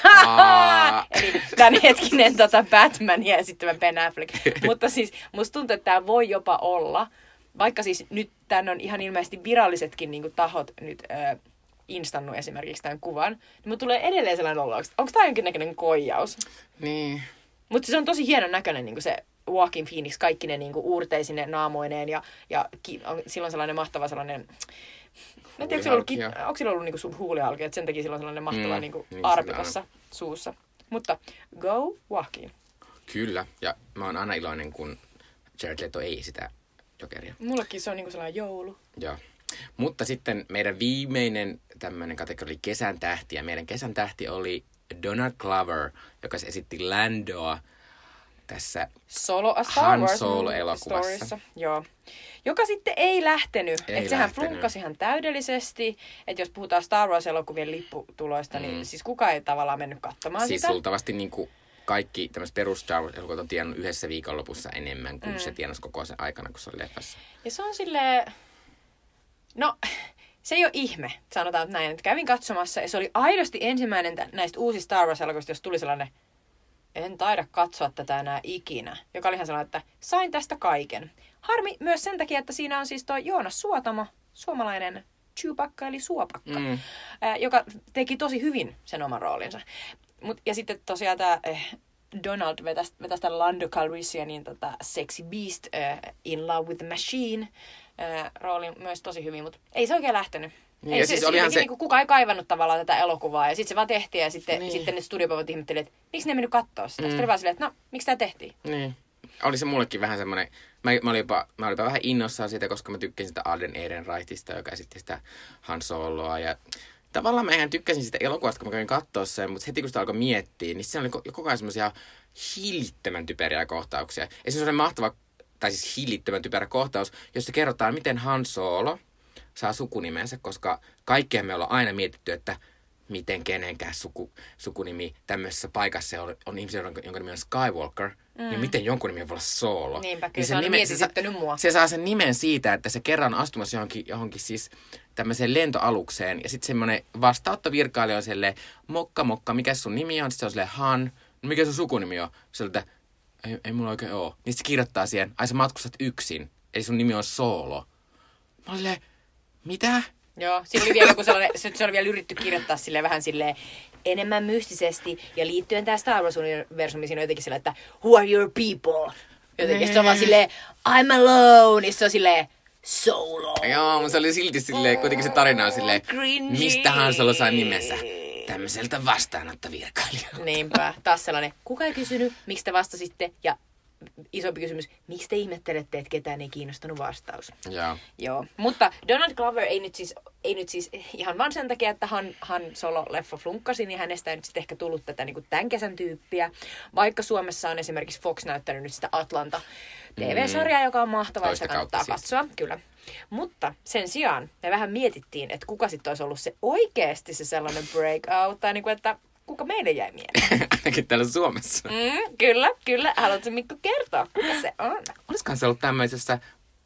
Eli tämänhetkinen Batman ja sitten Ben Affleck. Mutta siis musta tuntuu, että tämä voi jopa olla, vaikka siis nyt tämän on ihan ilmeisesti virallisetkin niin kuin tahot nyt instannut esimerkiksi tämän kuvan, niin mun tulee edelleen sellainen olo, onko tämä jonkinnäköinen koijaus? Niin. Mutta se on tosi hienon näköinen niin kuin se Joaquin Phoenix, kaikki ne niin kuin uurteisine naamoineen ja silloin sellainen mahtava sellainen... Onko sillä ollut niinku huulihalki, että sen takia sillä on sellainen mahtava niinku arpikossa suussa. Mutta go Joaquin. Kyllä, ja mä oon aina iloinen, kun Jared Leto ei sitä jokeria. Mullekin se on niinku sellainen joulu. Joo. Mutta sitten meidän viimeinen tämmöinen kategoria oli kesän tähti, ja meidän kesän tähti oli Donald Glover, joka esitti Landoa tässä Solo A Star Han Wars Solo-elokuvassa. Storiessa, joo. Joka sitten ei lähtenyt. Että sehän lähtenyt. flunkkasi ihan täydellisesti. Että jos puhutaan Star Wars-elokuvien lipputuloista, niin siis kukaan ei tavallaan mennyt katsomaan Siis sitä. luultavasti niinku kaikki tämmöiset perus Star Wars-elokuvat on tiennyt yhdessä viikonlopussa enemmän kuin se tienasi koko sen aikana, kun se oli leffassa. Ja se on silleen... No, se ei ole ihme, sanotaan että näin. Että kävin katsomassa ja se oli aidosti ensimmäinen näistä uusista Star Wars-elokuvista, jos tuli sellainen, en taida katsoa tätä enää ikinä. Joka oli ihan sellainen, että sain tästä kaiken. Harmi myös sen takia, että siinä on siis tuo Joonas Suotamo, suomalainen Chewbacca eli Suopakka, joka teki tosi hyvin sen oman roolinsa. Ja sitten tosiaan tämä Donald vetäisi tämän Lando Calrissianin Sexy Beast In Love with the Machine roolin myös tosi hyvin, mutta ei se oikein lähtenyt. Niin, ei ja siis olihan se... kukaan ei kaivannut tavallaan tätä elokuvaa ja sitten se vaan tehtiin ja sitten ne studiopäivät ihmetteli, että miksi ne ei mennyt katsoa sitä. Sitten oli vaan silleen, että no, miksi tämä tehtiin? Niin. Oli se mullekin vähän semmoinen, mä olin jopa vähän innossaan siitä, koska mä tykkäsin sitä Alden Ehrenreichista, joka esitti sitä Han Soloa. Ja tavallaan mä ihan tykkäsin sitä elokuvasta, kun mä kävin katsoa sen, mutta heti kun sitä alkoi miettiä, niin se oli koko ajan semmoisia hillittömän typeriä kohtauksia. Ja se on mahtava, tai siis hillittömän typerä kohtaus, jossa kerrotaan, miten Han Solo saa sukunimensä, koska kaikkea me ollaan aina mietitty, että miten kenenkään sukunimi tämmöisessä paikassa on ihmisiä, jonka nimi on Skywalker, niin miten jonkun nimi voi olla Solo. Niinpä, kyllä niin se on mua. Se saa sen nimen siitä, että se kerran astumassa johonkin siis tämmöiseen lentoalukseen, ja sitten semmoinen vastaanottovirkailija on silleen, mokka, mikä sun nimi on? Sitten se on silleen, Han, no mikä sun sukunimi on? Se on, että ei mulla oikein oo. Niin se kirjoittaa siihen, ai sä matkustat yksin, eli sun nimi on Solo. Mä olin silleen, mitä? Joo, siinä oli vielä joku sellainen, se oli vielä yritetty kirjoittaa silleen vähän silleen enemmän mystisesti. Ja liittyen tähän Star Wars-universumiin siinä on jotenkin silleen, että who are your people? Jotenkin se on vaan silleen, I'm alone. Ja se on silleen, Solo. Joo, mutta se oli silti silleen, kuitenkin se tarina on silleen, mistä Han Solo sai nimensä? Tämmöiseltä vastaanottovirkailijalta. Niinpä, taas sellainen, kuka ei kysynyt, miksi te vastasitte? Ja isompi kysymys, miksi te ihmettelette, että ketään ei kiinnostanut vastaus? Joo. Mutta Donald Glover ei nyt siis ihan vaan sen takia, että Han Solo-leffa flunkkasi, niin hänestä ei nyt sitten ehkä tullut tätä niin kuin tämän kesän tyyppiä. Vaikka Suomessa on esimerkiksi Fox näyttänyt nyt sitä Atlanta TV-sarjaa, joka on mahtavaa, sitä kannattaa katsoa. Kyllä. Mutta sen sijaan me vähän mietittiin, että kuka sitten olisi ollut se oikeasti se sellainen breakout, tai niin kuin, että kuka meille jäi mieleen? Ainakin täällä Suomessa. Kyllä. Haluatko Mikko kertoa, kuka se on? Olisikohan se ollut tämmöisessä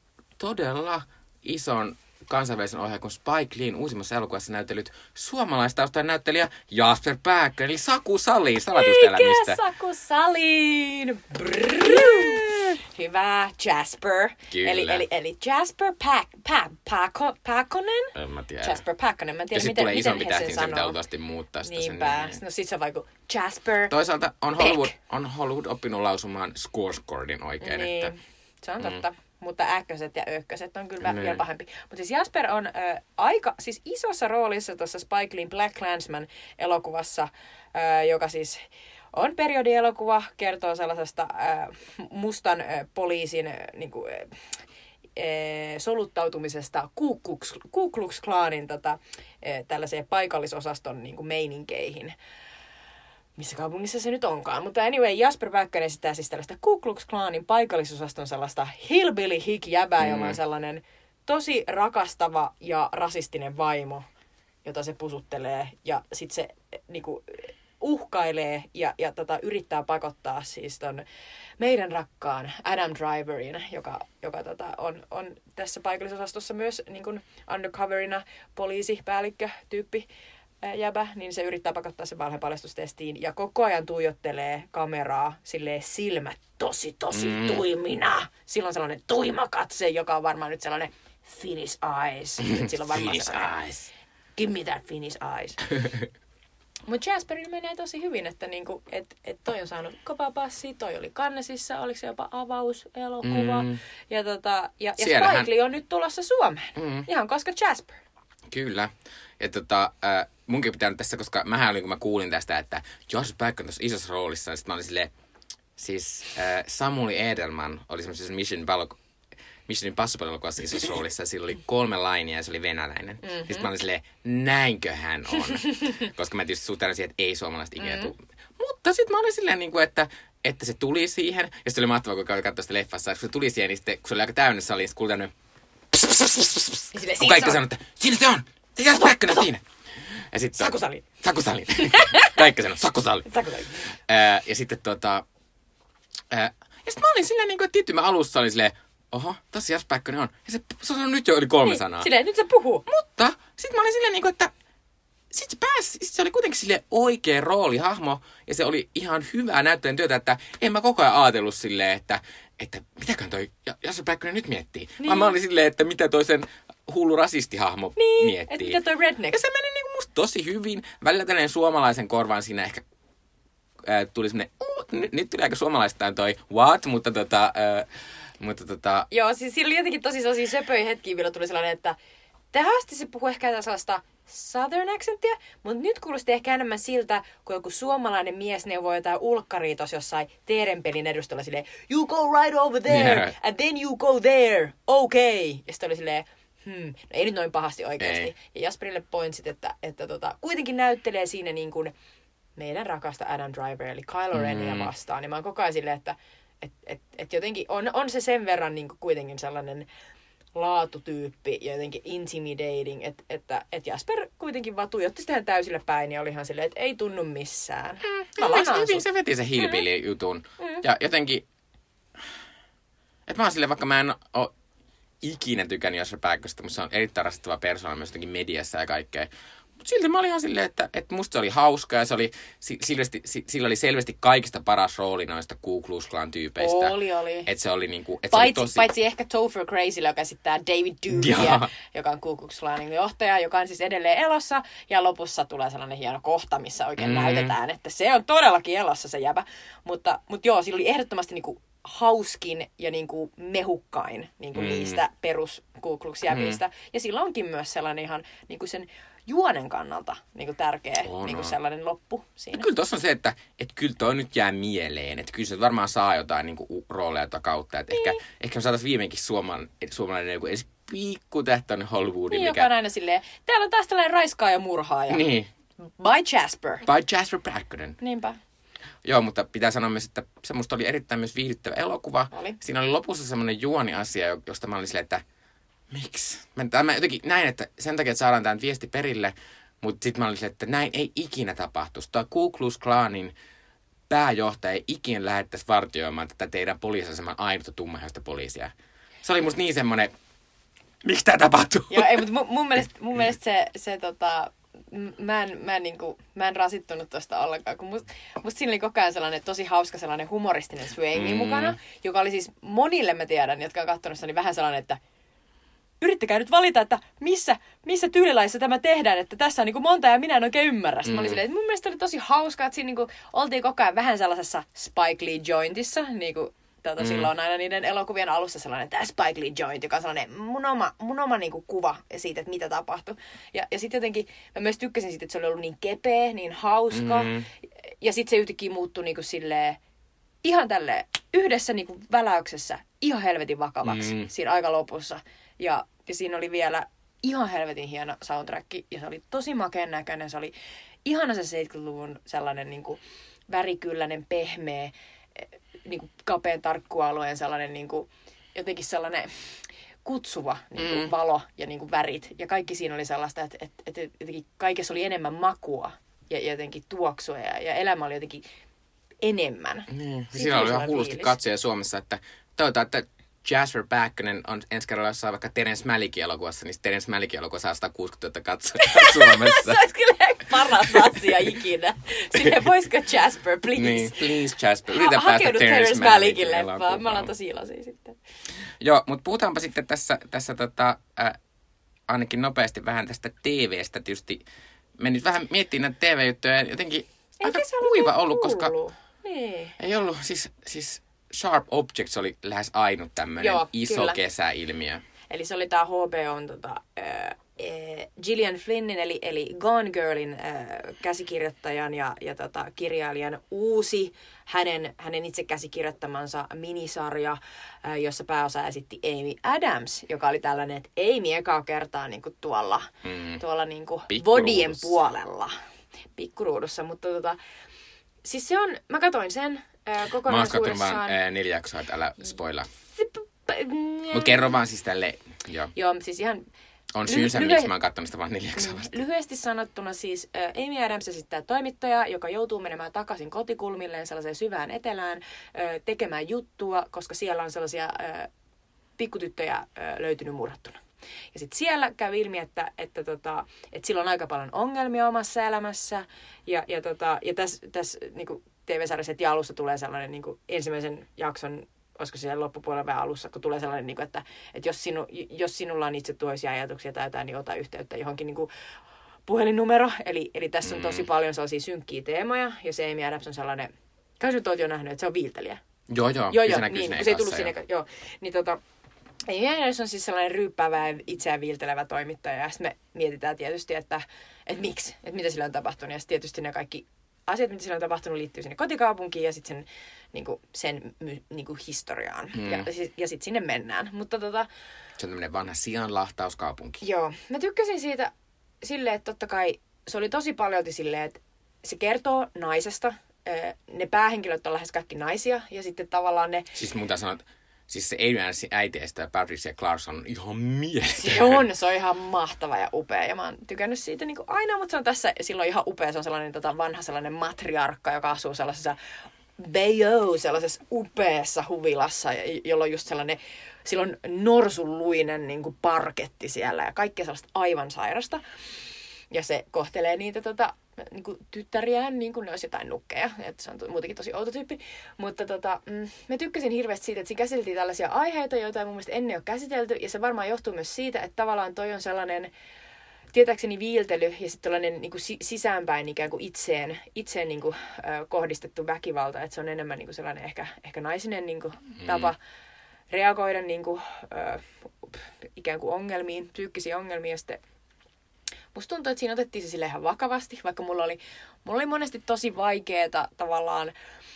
todella ison kansainvälisen ohjaajan kuin Spike Leen uusimmassa elokuvassa näytellyt suomalaistaustainen näyttelijä Jasper Pääkkönen, eli Saku Salin salatustelämistä. Eikä Saku Salin! Hyvä, Jasper. Kyllä. Eli Jasper Pääkkönen? En mä tiedä. Jasper Pääkkönen. Mä en tiedä, ja sitten tulee miten isompi he tähti, sen niin se pitää sanoo. luultavasti muuttaa sitä Niinpä. sen nimiä. No sit se on vaikka Jasper Toisaalta on Hollywood oppinut lausumaan Skarsgårdin oikein. Niin, että... se on totta. Mutta äkköset ja ökköset on kyllä vielä pahempi. Mutta siis Jasper on aika siis isossa roolissa tuossa Spike Leen Black Klansman elokuvassa, joka siis on periodielokuva, kertoo sellaisesta mustan poliisin niinku, soluttautumisesta Ku Klux Klanin tällaiseen paikallisosaston niinku meininkeihin. Missä kaupungissa se nyt onkaan. Mutta anyway, Jasper Pääkkönen esittää siis tällaista Ku Klux Klanin paikallisosaston sellaista hillbilly hick-jäbää, jolla on sellainen tosi rakastava ja rasistinen vaimo, jota se pusuttelee. Ja sitten se niinku uhkailee ja yrittää pakottaa siis ton meidän rakkaan Adam Driverin, joka on tässä paikallisosastossa myös niin kuin undercoverina poliisipäällikkö-tyyppi jäbä, niin se yrittää pakottaa sen valheenpaljastustestiin ja koko ajan tuijottelee kameraa silleen silmät tosi tuimina. Silloin sellainen tuima katse, joka on varmaan nyt sellainen Finnish eyes. Silloin varmaan Finnish eyes. Give me that Finnish eyes. Mutta Jasperilla menee tosi hyvin, että niinku, toi on saanut kovaa passia, toi oli Cannesissa, oliko se jopa avauselokuva. Ja Spike Lee on nyt tulossa Suomeen. Ihan koska Jasper. Kyllä. Ja munkin pitää nyt tässä, koska mähän olin, kun mä kuulin tästä, että Jasper Pääkkönen on tuossa isossa roolissa, niin sit mä olin silleen, siis Samuli Edelman oli semmoisessa Mission Impossible-elokuvassa isossa roolissa, ja sillä oli 3 lainia ja se oli venäläinen. Ja sit mä olin silleen, näinkö hän on? Koska mä tietysti suhtaudun siihen, että ei suomalaiset ikinä tule. Mutta sit mä olin silleen, että että se tuli siihen. Ja se oli mahtavaa, kun katsoa sitä leffassa. Kun se tuli siihen, niin sitten, kun se oli aika täynnä sali, niin kuuli tämmöinen... Kun kaikki sanoi, että siinä se on! Se jää päkkönä siinä! Ja sitten... Sakusali. Sakusali. Kaikki sanoi, sakusali. Sakusali. Ja sitten ja sitten mä olin silleen, että tietty mä alussa olin silleen, oho, tossa Jas Päkkönen on. Ja se on nyt jo yli 3 sanaa. Silleen, nyt se puhuu. Mutta sitten mä olin silleen, että sit se oli kuitenkin silleen oikea roolihahmo. Ja se oli ihan hyvää näyttöjen työtä, että en mä koko ajan ajatellut silleen, että mitäkään toi Jas Päkkönen nyt miettii. Niin. Vaan mä olin silleen, että mitä toi sen hullu rasistihahmo miettii. Että mitä toi redneck. Ja se meni niinku musta tosi hyvin. Välillä tällainen suomalaisen korvaan siinä ehkä tuli semmoinen, nyt tuli aika suomalaistaan toi what, mutta Joo, siis sillä oli jotenkin tosi söpöjä hetkiä, milloin tuli sellainen, että tähän asti se puhui ehkä sellaista southern accenttia, mutta nyt kuulosti ehkä enemmän siltä, kun joku suomalainen mies neuvoo jotain ulkkaria tossa jossain teerenpelin edustalla silleen, you go right over there, and then you go there, okay. Ja sitten oli silleen, no ei nyt noin pahasti oikeasti. Ei. Ja Jasperille pointsit, että kuitenkin näyttelee siinä niin kuin meidän rakasta Adam Driver, eli Kylo Renia vastaan. Ja mä oon koko ajan silleen, että jotenkin on se sen verran niin kuin kuitenkin sellainen laatutyyppi ja jotenkin intimidating, että Jasper kuitenkin vaan tuijotti sitä täysille päin ja oli ihan silleen, että ei tunnu missään. Hyvin se veti se hillbilly-jutun. Ja jotenkin, että mä oon silleen, vaikka mä en oo ikinä tykännyt Jasper Pääkköstä, mutta se on erittäin rasittava persoona myös jotenkin mediassa ja kaikkea. Mutta silti mä olin ihan silleen, että musta se oli hauska ja sillä oli selvästi kaikista paras rooli noista Ku Klux Klan tyypeistä. Oli. Että se oli niinku, paitsi ehkä Topher Gracie, joka esittää David Dukea, joka on Ku Klux Klanin johtaja, joka on siis edelleen elossa. Ja lopussa tulee sellainen hieno kohta, missä oikein näytetään, että se on todellakin elossa se jäbä. Mutta joo, sillä oli ehdottomasti niinku hauskin ja niinku mehukkain niinku niistä perus Ku Klux jäbistä. Ja sillä onkin myös sellainen ihan niinku sen juonen kannalta niinku tärkeä niinku sellainen loppu siinä. Ja kyllä tuossa on se, että kyllä toi nyt jää mieleen. Että kyllä se varmaan saa jotain niinku rooleja kautta. Että ehkä me saataisiin viimeinkin suomalainen joku edes pikkutähtöinen Hollywoodin. Niin, joka on aina silleen, täällä on taas tällainen raiskaa ja murhaaja. Niin. By Jasper. By Jasper Pääkkönen. Niinpä. Joo, mutta pitää sanoa myös, että se musta oli erittäin myös viihdyttävä elokuva. Oli. Siinä oli lopussa semmoinen juoniasia, josta mä olin silleen, että miksi? Mä jotenkin näin, että sen takia, että saadaan tämän viesti perille, mutta sitten mä olin silleen, että näin ei ikinä tapahtuisi. Tuo Ku Klux Klanin pääjohtaja ei ikinä lähettäisi vartioimaan tätä teidän poliisiaseman ainutta tummahaista poliisia. Se oli musta niin semmoinen, miksi tää tapahtuu? Joo, ei, mutta mun mielestä se mä en rasittunut tosta ollenkaan, kun musta siinä oli koko ajan sellainen tosi hauska sellainen humoristinen swingi mukana, joka oli siis monille mä tiedän, jotka on katsonut sitä, niin vähän sellainen, että yrittäkää nyt valita, että missä tyylilaissa tämä tehdään, että tässä on niin kuin monta ja minä en oikein ymmärrä. Mä olin silleen, että mun mielestä oli tosi hauskaa, että siinä niin kuin oltiin koko ajan vähän sellaisessa Spike Lee jointissa, niin kuin silloin aina niiden elokuvien alussa sellainen, tämä Spike Lee joint, joka on sellainen mun oma niin kuin kuva siitä, että mitä tapahtui. Ja sitten jotenkin mä myös tykkäsin siitä, että se oli ollut niin kepeä, niin hauska. Ja sitten se yhtäkkiä muuttui niin kuin silleen, ihan tälleen yhdessä niin kuin väläyksessä ihan helvetin vakavaksi siinä aika lopussa. Ja siinä oli vielä ihan helvetin hieno soundtrack, ja se oli tosi makeen näköinen. Se oli ihana se 70-luvun sellainen niin kuin värikylläinen, pehmeä, niin kuin kapean tarkkualueen sellainen niin kuin, jotenkin sellainen kutsuva niin kuin valo ja niin kuin värit. Ja kaikki siinä oli sellaista, että jotenkin kaikessa oli enemmän makua ja jotenkin tuoksua ja elämä oli jotenkin enemmän. Siinä oli ihan hullusti katsoja Suomessa, että toivotaan, että Jasper Pääkkönen on ensi kerralla jossain vaikka Terence Malickin elokuvassa, niin Terence Malickin elokuva saa 160 000 katsojaa Suomessa. Se olisi kyllä paras asia ikinä. Silleen, voisiko Jasper, please? Niin, please Jasper. Yritä päästä Terence Malickin leffaan. Mä ollaan tosi iloisia sitten. Joo, mutta puhutaanpa sitten tässä ainakin nopeasti vähän tästä TV:stä. Tietysti me nyt vähän miettii näitä TV-juttuja. Jotenkin aika kuiva ollut, koska ei ollut siis Sharp Objects oli lähes ainut tämmöinen iso kyllä. Kesäilmiö. Eli se oli tää HBOn Gillian Flynnin eli Gone Girlin käsikirjoittajan ja kirjailijan uusi hänen itse käsikirjoittamansa minisarja, jossa pääosa esitti Amy Adams, joka oli tällainen, että Amy ekaa kertaa niinku tuolla niinku vodien puolella pikkuruudussa, mutta siis se on, mä katsoin sen Mä oon kattonut kokonaisuudessaan... vaan 4 jaksoa, että älä spoilaa. Mut kerro vaan siis tälle, joo. Joo, siis ihan... On syynsä, miksi mä oon kattonut sitä vaan 4 jaksoa vasta. Lyhyesti sanottuna siis Amy Adams esittää toimittaja, joka joutuu menemään takaisin kotikulmilleen sellaiseen syvään etelään tekemään juttua, koska siellä on sellaisia pikkutyttöjä löytynyt murhattuna. Ja sitten siellä käy ilmi, että sillä on aika paljon ongelmia omassa elämässä. Ja tässä niinku TV-sarjassa ja alussa tulee sellainen niinku ensimmäisen jakson, olisiko siellä loppupuolella vai alussa, kun tulee sellainen, niinku, että jos sinulla on itsetuhoisia ajatuksia tai jotain, niin ota yhteyttä johonkin niinku puhelinnumero. Eli tässä on tosi paljon sellaisia synkkiä teemoja. Ja se Amy Adams on sellainen, kai sä oot jo nähnyt, että se on viiltelijä. Joo, se näkyy niin, se ei tullut sinne. Joo, niin Amy Adams on siis sellainen ryyppäävä ja itseään viiltelevä toimittaja. Ja sitten me mietitään tietysti, että miksi, että mitä sillä on tapahtunut. Ja sitten tietysti ne kaikki asiat, mitä sillä on tapahtunut, liittyy sinne kotikaupunkiin ja sitten sen historiaan. Ja sitten sinne mennään. Mutta se on tämmöinen vanha sianlahtauskaupunki. Joo. Mä tykkäsin siitä silleen, että totta kai se oli tosi paljolti silleen, että se kertoo naisesta. Ne päähenkilöt on lähes kaikki naisia. Ja sitten tavallaan ne... Siis mun sanoa, siis se Amy Adamsin äiteistä Patricia Clarkson on ihan mieletön. Se on ihan mahtava ja upea. Ja mä oon tykännyt siitä niin kuin aina, mutta se on tässä silloin ihan upea. Se on sellainen vanha sellainen matriarkka, joka asuu sellaisessa sellaisessa upeassa huvilassa, jolla on just sellainen, sillä on norsunluinen niin kuin parketti siellä ja kaikkea sellaista aivan sairasta. Ja se kohtelee niitä niin kuin tyttäriään niin kuin ne olisi jotain nukkeja. Että se on muutenkin tosi outo tyyppi. Mutta mä tykkäsin hirveästi siitä, että siinä käsiteltiin tällaisia aiheita, joita ei mun mielestä ennen ole käsitelty. Ja se varmaan johtuu myös siitä, että tavallaan toi on sellainen, tietääkseni viiltely ja sitten tällainen niin kuin sisäänpäin ikään kuin itseen niin kuin, kohdistettu väkivalta. Että se on enemmän niin kuin sellainen ehkä naisinen niin kuin, tapa reagoida niin kuin, ikään kuin ongelmiin, psyykkisiin ongelmiin. Ja sitten musta tuntuu, että siinä otettiin se sille ihan vakavasti, vaikka mulla oli monesti tosi vaikeeta tavallaan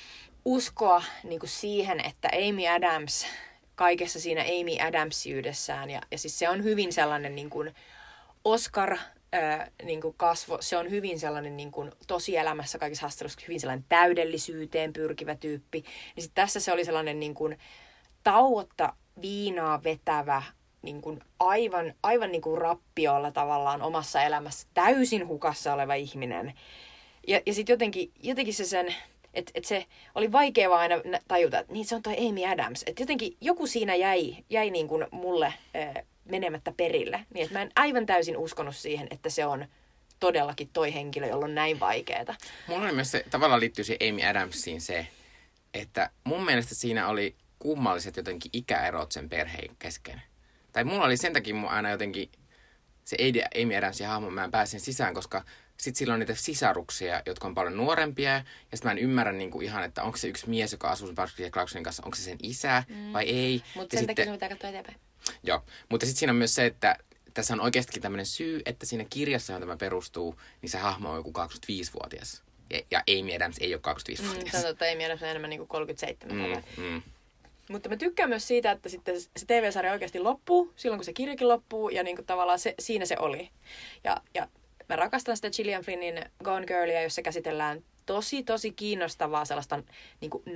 uskoa niin kuin siihen, että Amy Adams, kaikessa siinä Amy Adamsiydessään, ja siis se on hyvin sellainen niin kuin Oscar niin kuin kasvo, se on hyvin sellainen niin kuin tosielämässä kaikissa haastatteluissa hyvin sellainen täydellisyyteen pyrkivä tyyppi. Ja sitten tässä se oli sellainen niin kuin tauotta viinaa vetävä, niin kuin aivan niin kuin rappiolla tavallaan omassa elämässä täysin hukassa oleva ihminen. Ja sitten jotenkin se sen, että se oli vaikea vaan aina tajuta, että niin se on toi Amy Adams. Että jotenkin joku siinä jäi niin kuin mulle menemättä perille. Niin että mä en aivan täysin uskonut siihen, että se on todellakin toi henkilö, jolla on näin vaikeeta. Mulla on myös se, tavallaan liittyy siihen Amy Adamsiin se, että mun mielestä siinä oli kummalliset jotenkin ikäerot sen perheen kesken. Tai mulla oli sen takia aina jotenkin se Amy Adamsin hahmo, mä en pääsen sisään, koska sit sillä on niitä sisaruksia, jotka on paljon nuorempia. Ja sitten mä en ymmärrä niinku ihan, että onko se yksi mies, joka asuu sen Patricia Clarksonin kanssa, onko se sen isä vai ei. Mutta sen takia sun pitää katsoa eteenpäin. Joo, mutta sitten siinä on myös se, että tässä on oikeastikin tämmöinen syy, että siinä kirjassa, johon tämä perustuu, niin se hahmo on joku 25-vuotias. Ja Amy Adams ei ole 25-vuotias. Sanotaan, että Amy Adams on enemmän niin kuin 37. Mutta mä tykkään myös siitä, että sitten se TV-sarja oikeasti loppuu, silloin kun se kirjakin loppuu, ja niin kuin tavallaan siinä se oli. Ja mä rakastan sitä Gillian Flynnin Gone Girlia, jossa käsitellään tosi kiinnostavaa sellaista niin kuin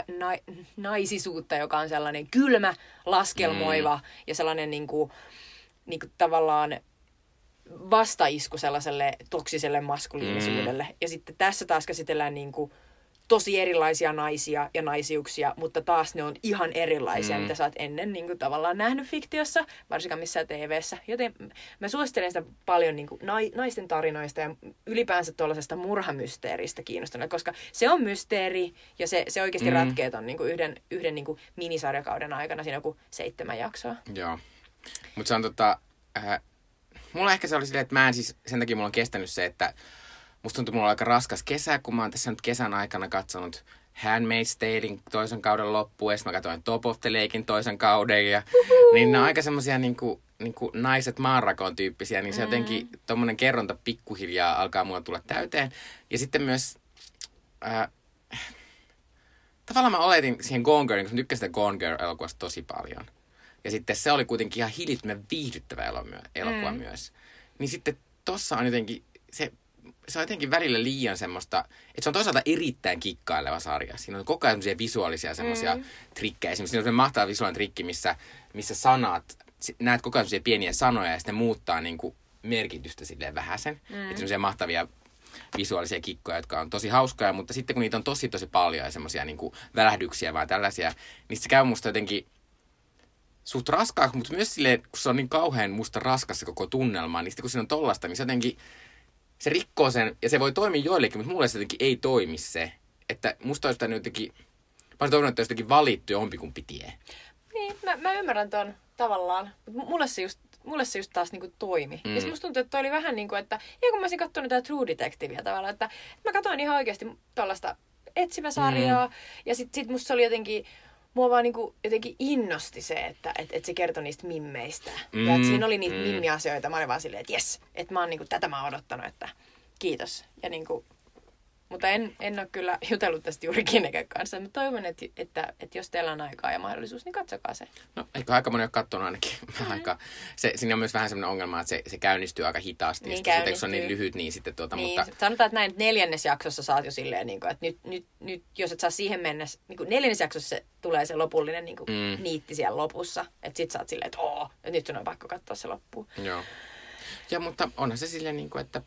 naisisuutta, joka on sellainen kylmä, laskelmoiva ja sellainen niin kuin tavallaan vastaisku sellaiselle toksiselle maskuliinisuudelle. Ja sitten tässä taas käsitellään niin kuin tosi erilaisia naisia ja naisiuksia, mutta taas ne on ihan erilaisia, mitä sä oot ennen niin kuin tavallaan nähnyt fiktiossa, varsinkaan missään TV:ssä. Joten mä suosittelen sitä paljon niin kuin naisten tarinoista ja ylipäänsä tuollaisesta murhamysteeristä kiinnostunut, koska se on mysteeri ja se oikeasti ratkeet on niin kuin yhden niin kuin minisarjakauden aikana, siinä joku 7 jaksoa. Joo, mutta se on mulla ehkä se oli silleen, että mä en siis, sen takia mulla on kestänyt se, että musta tuntuu, mulla on aika raskas kesä, kun mä oon tässä nyt kesän aikana katsonut Handmaid's Talein toisen kauden loppuun, ja sitten mä katsoin Top of the Lakein toisen kauden, ja niin ne on aika semmosia niinku naiset maanrakoon tyyppisiä, niin se jotenkin tommonen kerronta pikkuhiljaa alkaa mulla tulla täyteen. Ja sitten myös, tavallaan mä oletin siihen Gone Girliin, koska mä tykkäsin sitä Gone Girl-elokuvasta tosi paljon. Ja sitten se oli kuitenkin ihan hillittömän viihdyttävä elokuva myös. Niin sitten tossa on jotenkin se se on jotenkin välillä liian semmoista, että se on toisaalta erittäin kikkaileva sarja. Siinä on koko ajan semmoisia visuaalisia semmoisia trikkejä. Esimerkiksi siinä on semmoinen mahtava visuaalinen trikki, missä sanat, näet koko ajan semmoisia pieniä sanoja ja sitten ne muuttaa niinku merkitystä silleen vähäsen. Että semmoisia mahtavia visuaalisia kikkoja, jotka on tosi hauskoja, mutta sitten kun niitä on tosi paljon ja semmoisia niinku välähdyksiä vai tällaisia, niin se käy musta jotenkin suht raskaaksi, mutta myös silleen, kun se on niin kauhean musta raskas se koko tunnelma, niin sitten kun siinä on tollasta, niin se jotenkin, se rikkoo sen, ja se voi toimia joillekin, mutta mulle se jotenkin ei toimi se. Että musta olisi jotenkin, mä olisin toivonut, että olisi jotenkin valittu jompikumpi tie. Niin, mä ymmärrän ton tavallaan. Mulle se just taas niinku toimi. Ja musta tuntuu, että toi oli vähän niinku, että kun mä olisin katsonut tää True Detectivea tavallaan, että mä katsoin ihan oikeasti tollaista etsiväsarjaa, ja sit musta se oli jotenkin, mua vaan niinku jotenkin innosti se, että se kertoi niistä mimmeistä. Ja että siinä oli niitä mimmiasioita. Mä olin vaan silleen, että jes, että mä oon niinku, tätä mä oon odottanut, että kiitos. Ja niinku, mutta en ole kyllä jutellut tästä juuri kenenkään kanssa. Mä toivon, että jos teillä on aikaa ja mahdollisuus, niin katsokaa se. No, eikö aika moni ole katsonut ainakin aikaa. Siinä on myös vähän sellainen ongelma, että se käynnistyy aika hitaasti. Niin käynnistyy. Se on niin lyhyt, niin sitten niin, mutta sanotaan, että näin 4. jaksossa saat jo silleen, niin kuin, että nyt jos et saa siihen mennessä, niin kuin 4. jaksossa se tulee se lopullinen niin kuin niitti siellä lopussa. Että sit saat silleen, että nyt sun on pakko katsoa se loppuun. Joo. Ja mutta onhan se silleen, niin kuin, että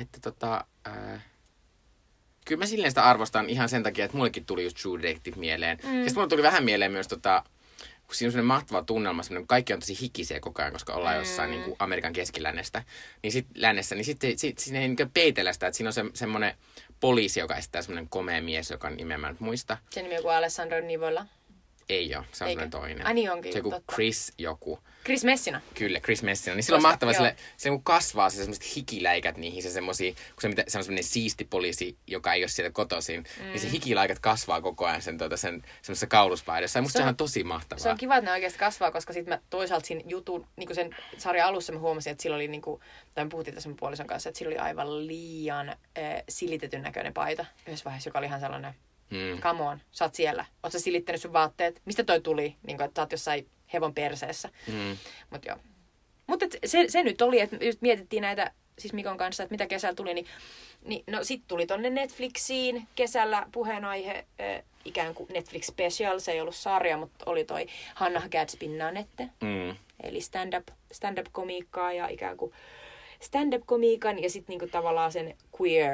kyllä mä silleen sitä arvostan ihan sen takia, että mullekin tuli just True Detective mieleen. Ja sitten mulle tuli vähän mieleen myös, kun siinä on sellainen mahtava tunnelma, kaikki on tosi hikisiä koko ajan, koska ollaan jossain niin kuin Amerikan keskilännestä. Niin sitten siinä ei niin peitellä sitä, että siinä on semmoinen poliisi, joka esittää semmoinen komea mies, joka on nimeä mä nyt muista. Se nimi on kuin Alessandro Nivola. Ei ole, se on semmoinen toinen. Ai niin onkin, se joku totta. Chris joku. Chris Messina. Kyllä, Chris Messina. Niin sillä on mahtava, se kun kasvaa se semmoiset hikiläikät niihin, se on semmoinen siisti poliisi, joka ei ole sieltä kotoisin, niin se hikiläikät kasvaa koko ajan sen semmoisessa kauluspaidassa. Ja musta se on tosi mahtavaa. Se on kiva, että ne oikeasti kasvaa, koska sitten mä toisaalta siinä jutun, niin sen sarjan alussa mä huomasin, että sillä oli, tai me puhuttiin tässä mun puolison kanssa, että sillä oli aivan liian silitetyn näköinen paita yhdessä vaiheessa, joka oli ihan sellainen, come on, sä oot siellä. Oot sä silittänyt sun vaatteet? Mistä toi tuli? Niin kuin, että sä oot jossain hevon perseessä. Mut joo. Mutta se nyt oli, että just mietittiin näitä, siis Mikon kanssa, että mitä kesällä tuli, niin no sit tuli tonne Netflixiin kesällä puheenaihe, ikään kuin Netflix Special, se ei ollut sarja, mutta oli toi Hannah Gadsbyn Nanette, eli stand-up-komiikkaa ja ikään kuin stand-up-komiikan ja sitten niinku tavallaan sen queer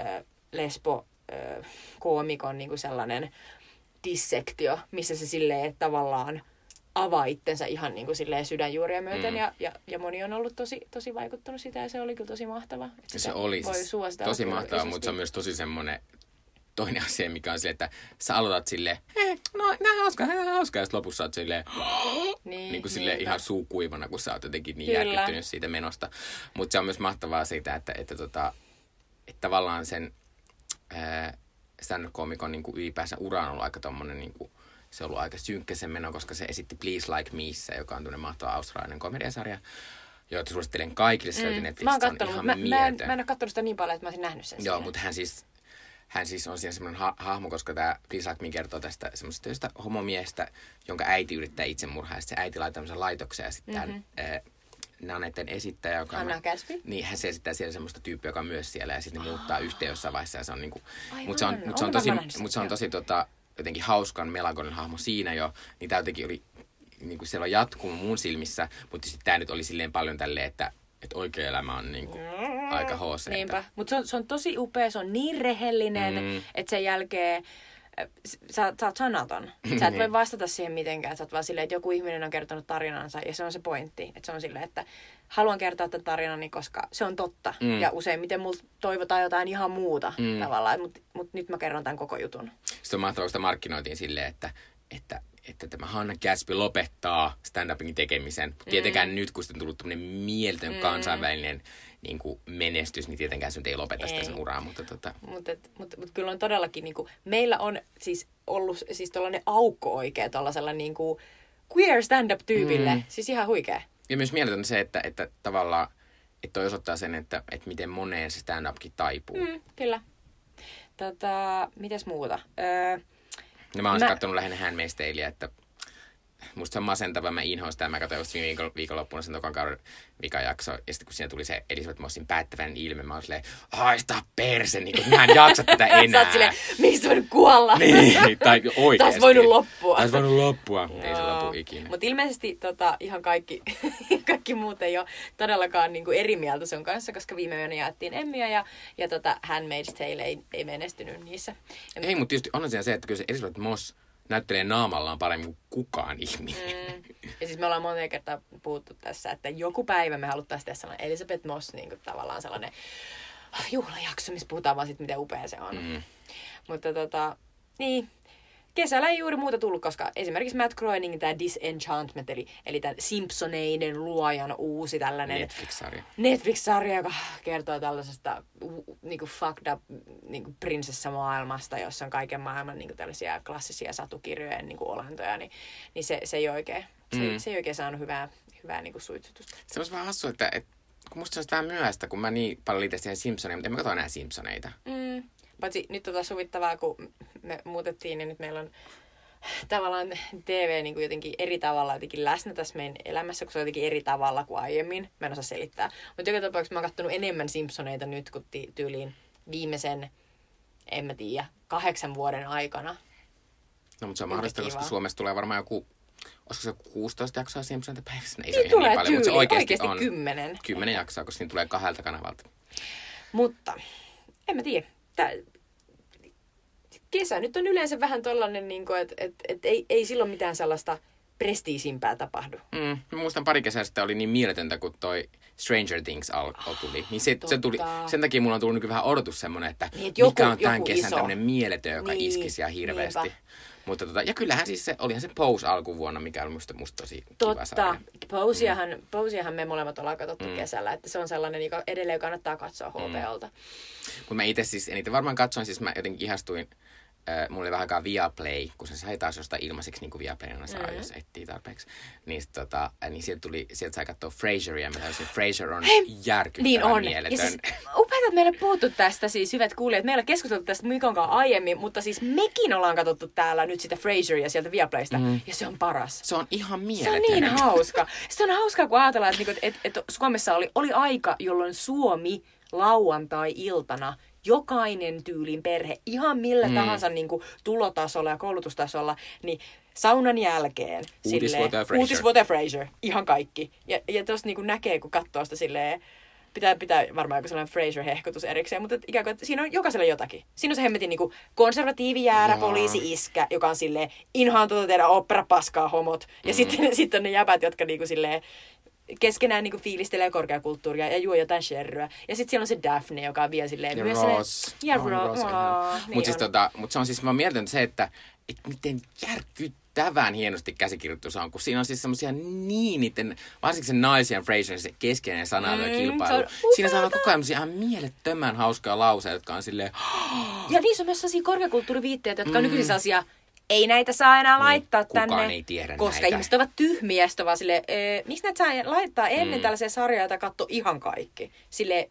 lesbo koomikon niinku sellainen dissektio, missä se silleen tavallaan avaa itsensä ihan niinku silleen sydänjuuria myöten ja moni on ollut tosi vaikuttanut sitä ja se oli kyllä tosi mahtava. Se oli tosi mahtava, mutta se on myös tosi semmoinen toinen asia, mikä on silleen, että sä aloitat silleen, no nää hauskaa, ja sitten lopussa oot silleen, niin kuin silleen ihan suukuivana, kun sä oot jotenkin niin järkyttynyt siitä menosta. Mutta se on myös mahtavaa siitä, että tavallaan sen stand-up-koomikon niin ylipäänsä ura on ollut aika tommonen, niin kuin, se on ollut aika synkkä sen meno, koska se esitti Please Like Meissa, joka on tämmöinen mahtava australialainen komediasarja, joita suosittelen kaikille. Se löytyy Netflixistä, on ihan mieletön. Mä en ole katsonut sitä niin paljon, että mä olisin nähnyt sen. Joo, mutta hän siis on siinä semmoinen hahmo, koska tämä Please Like Me kertoo tästä semmoisesta homomiestä, jonka äiti yrittää itsemurhaa, ja se äiti laittaa tämmöisen laitoksen, ja sitten Nanetten esittäjä, joka Hannah Gadsby. Niin, hän se esittää siellä semmoista tyyppiä, joka on myös siellä, ja sitten ne muuttaa yhteen jossain vaiheessa, ja se on niinku, mutta se on tosi jotenkin hauskan melankolinen hahmo siinä jo, niin tämä jotenkin oli, niinku siellä on jatkumo mun silmissä, mutta sitten tämä nyt oli silleen paljon tälleen, että oikea elämä on niinku aika HC. Niinpä, mutta se on tosi upea, se on niin rehellinen, että sen jälkeen sä oot sanaton. Sä et voi vastata siihen mitenkään. Sä oot vaan silleen, että joku ihminen on kertonut tarinansa ja se on se pointti. Että se on silleen, että haluan kertoa tämän tarinani, koska se on totta. Ja useimmiten multa toivotaan jotain ihan muuta tavallaan. Mutta nyt mä kerron tämän koko jutun. Sitten on mahtavaa, kun sitä markkinoitiin silleen, että tämä Hannah Gadsby lopettaa stand-upin tekemisen. Tietenkään nyt, kun sitten on tullut tämmöinen mieletön kansainvälinen niin kuin menestys, niin tietenkään se nyt ei lopeta sitä sen uraa. Mutta kyllä on todellakin, niin kuin, meillä on siis ollut siis tollainen aukko oikea tuollaisella niin kuin queer stand-up-tyypille. Siis ihan huikea. Ja myös mieletön se, että tavallaan, että toi osoittaa sen, että miten moneen se stand-upkin taipuu. Kyllä. Mitäs muuta? No mä oon katsonut lähinnä Handmaid's Taleä, että musta se on masentava, mä inhoan sitä, mä katsoin just viikonloppuna sen tokan kauden vikajakso, ja sitten kun siinä tuli se Elizabeth Mossin päättävän ilme, mä oon silleen, haista perse, niin kun mä en jaksa tätä enää. Sä oot silleen, mistä voinut kuolla? Niin, tai oikeesti. Taas voinut loppua. Taas voinut loppua, ei se lopu ikinä. Mutta ilmeisesti ihan kaikki muut ei ole todellakaan niinku eri mieltä sun kanssa, koska viime yönä jaettiin Emmyä ja Handmaid's Tale ei menestynyt niissä. Ei, mutta tietysti onhan siinä se, että kyllä se Elizabeth Moss näyttelee naamallaan paremmin kuin kukaan ihminen. Ja siis me ollaan monta kertaa puhuttu tässä, että joku päivä me haluttaisiin tehdä sellainen Elizabeth Moss, niin kuin tavallaan sellainen juhlajakso, missä puhutaan vaan siitä, miten upea se on. Mutta niin, kesällä ei juuri muuta tullut, koska esimerkiksi Matt Groeningin tämä Disenchantment, eli tämän Simpsoneiden luojan uusi tällainen Netflix-sarja, joka kertoo tällaisesta niinku fucked up niinku prinsessamaailmasta, jossa on kaiken maailman niinku tällaisia klassisia satukirjojen niinku olentoja, niin se ei oikein, se ei oikein saanut hyvää niinku suitsutusta. Se olisi vähän hassua, että kun musta se olisi vähän myöhäistä, kun mä niin paljon liitän siihen Simpsoneita, mutta en mä katso enää Simpsoneita. Paitsi nyt sovittavaa, kun me muutettiin, niin nyt meillä on tavallaan TV niin kuin jotenkin eri tavalla jotenkin läsnä tässä meidän elämässä, kun se on jotenkin eri tavalla kuin aiemmin. Mä en osaa selittää. Mutta joka tapauksessa mä oon kattonut enemmän Simpsoneita nyt kuin tyyliin viimeisen, en mä tiedä, 8 vuoden aikana. No, mutta se on mahdollista, koska Suomessa tulee varmaan joku, olisiko se 16 jaksoa Simpsoneita päivässä? Ei se ole ihan niin paljon, mutta se oikeasti on 10. 10 jaksoa, koska siinä tulee 2 kanavalta. Mutta, en mä tiedä. Kesä nyt on yleensä vähän tollanen, niin että ei silloin mitään sellaista prestiisimpää tapahdu. Mä muistan pari kesää sitten oli niin mieletöntä, kun toi Stranger Things tuli. Niin se tuli, sen takia mulla on tullut vähän odotus semmonen, että niin, mikä on tämän kesän tämmönen mieletön, joka iskisi ihan hirveästi. Niinpä. Mutta ja kyllähän siis olihan se Pose alkuvuonna, mikä oli musta tosi kiva sarja. Poseiahan me molemmat ollaan katsottu kesällä, että se on sellainen, joka edelleen kannattaa katsoa HBOlta. Mutta mä itse siis eniten varmaan katsoin, siis mä jotenkin ihastuin, mulla oli vähän aikaa Viaplay, kun se sai taas jostain ilmaiseksi, niin kuin Viaplay aina saa, jos etsii tarpeeksi. Niin, niin sieltä sai katsoa Frasieria, ja mä täysin, Frasier on järkyttävän niin on. mieletön. Ja siis upeata, että meillä puhuttu tästä, siis hyvät kuulijat. Meillä on keskusteltu tästä Mikon kanssa aiemmin, mutta siis mekin ollaan katsottu täällä nyt sitä Frasieria sieltä Viaplaysta, ja se on paras. Se on ihan mieletön. Se on niin hauska. Se on hauskaa, kun ajatellaan, että Suomessa oli aika, jolloin Suomi lauantai-iltana jokainen tyylin perhe, ihan millä tahansa niin kuin tulotasolla ja koulutustasolla, niin saunan jälkeen uutisvuoto ja Frasier, ihan kaikki. Ja tuossa niin näkee, kun katsoo sitä silleen, pitää varmaan joku sellainen Frasier-hehkutus erikseen, mutta ikään kuin, että siinä on jokaisella jotakin. Siinä on se hemmetin niin kuin konservatiivi jäärä, poliisi-iskä, joka on silleen, inhoan teidän opera-paskaa homot. Ja sitten on ne jäbät, jotka niin kuin silleen, keskenään niinku fiilistelee korkeakulttuuria ja juo jotain sherryä. Ja sitten siellä on se Daphne, joka on vielä silleen... Ja Ross. Ja Ross. Mutta siis se on siis, mä mietin se, että miten järkyttävän hienosti käsikirjoitus on, kun siinä on siis semmosia niiden, varsinkin se naisen Frasier, se keskeinen sanailu. Siinä sanoo koko ajan ihan mielettömän hauskaa lauseja, jotka on silleen... Ja niissä on myös sellaisia korkeakulttuuriviitteitä, jotka on nykyisin sellaisia... Ei näitä saa enää laittaa tänne, ei tiedä koska näitä. Ihmiset ovat tyhmiä. Sitten vaan silleen, miksi näitä saa laittaa ennen tällaisia sarjoja, jota katsoo ihan kaikki? Silleen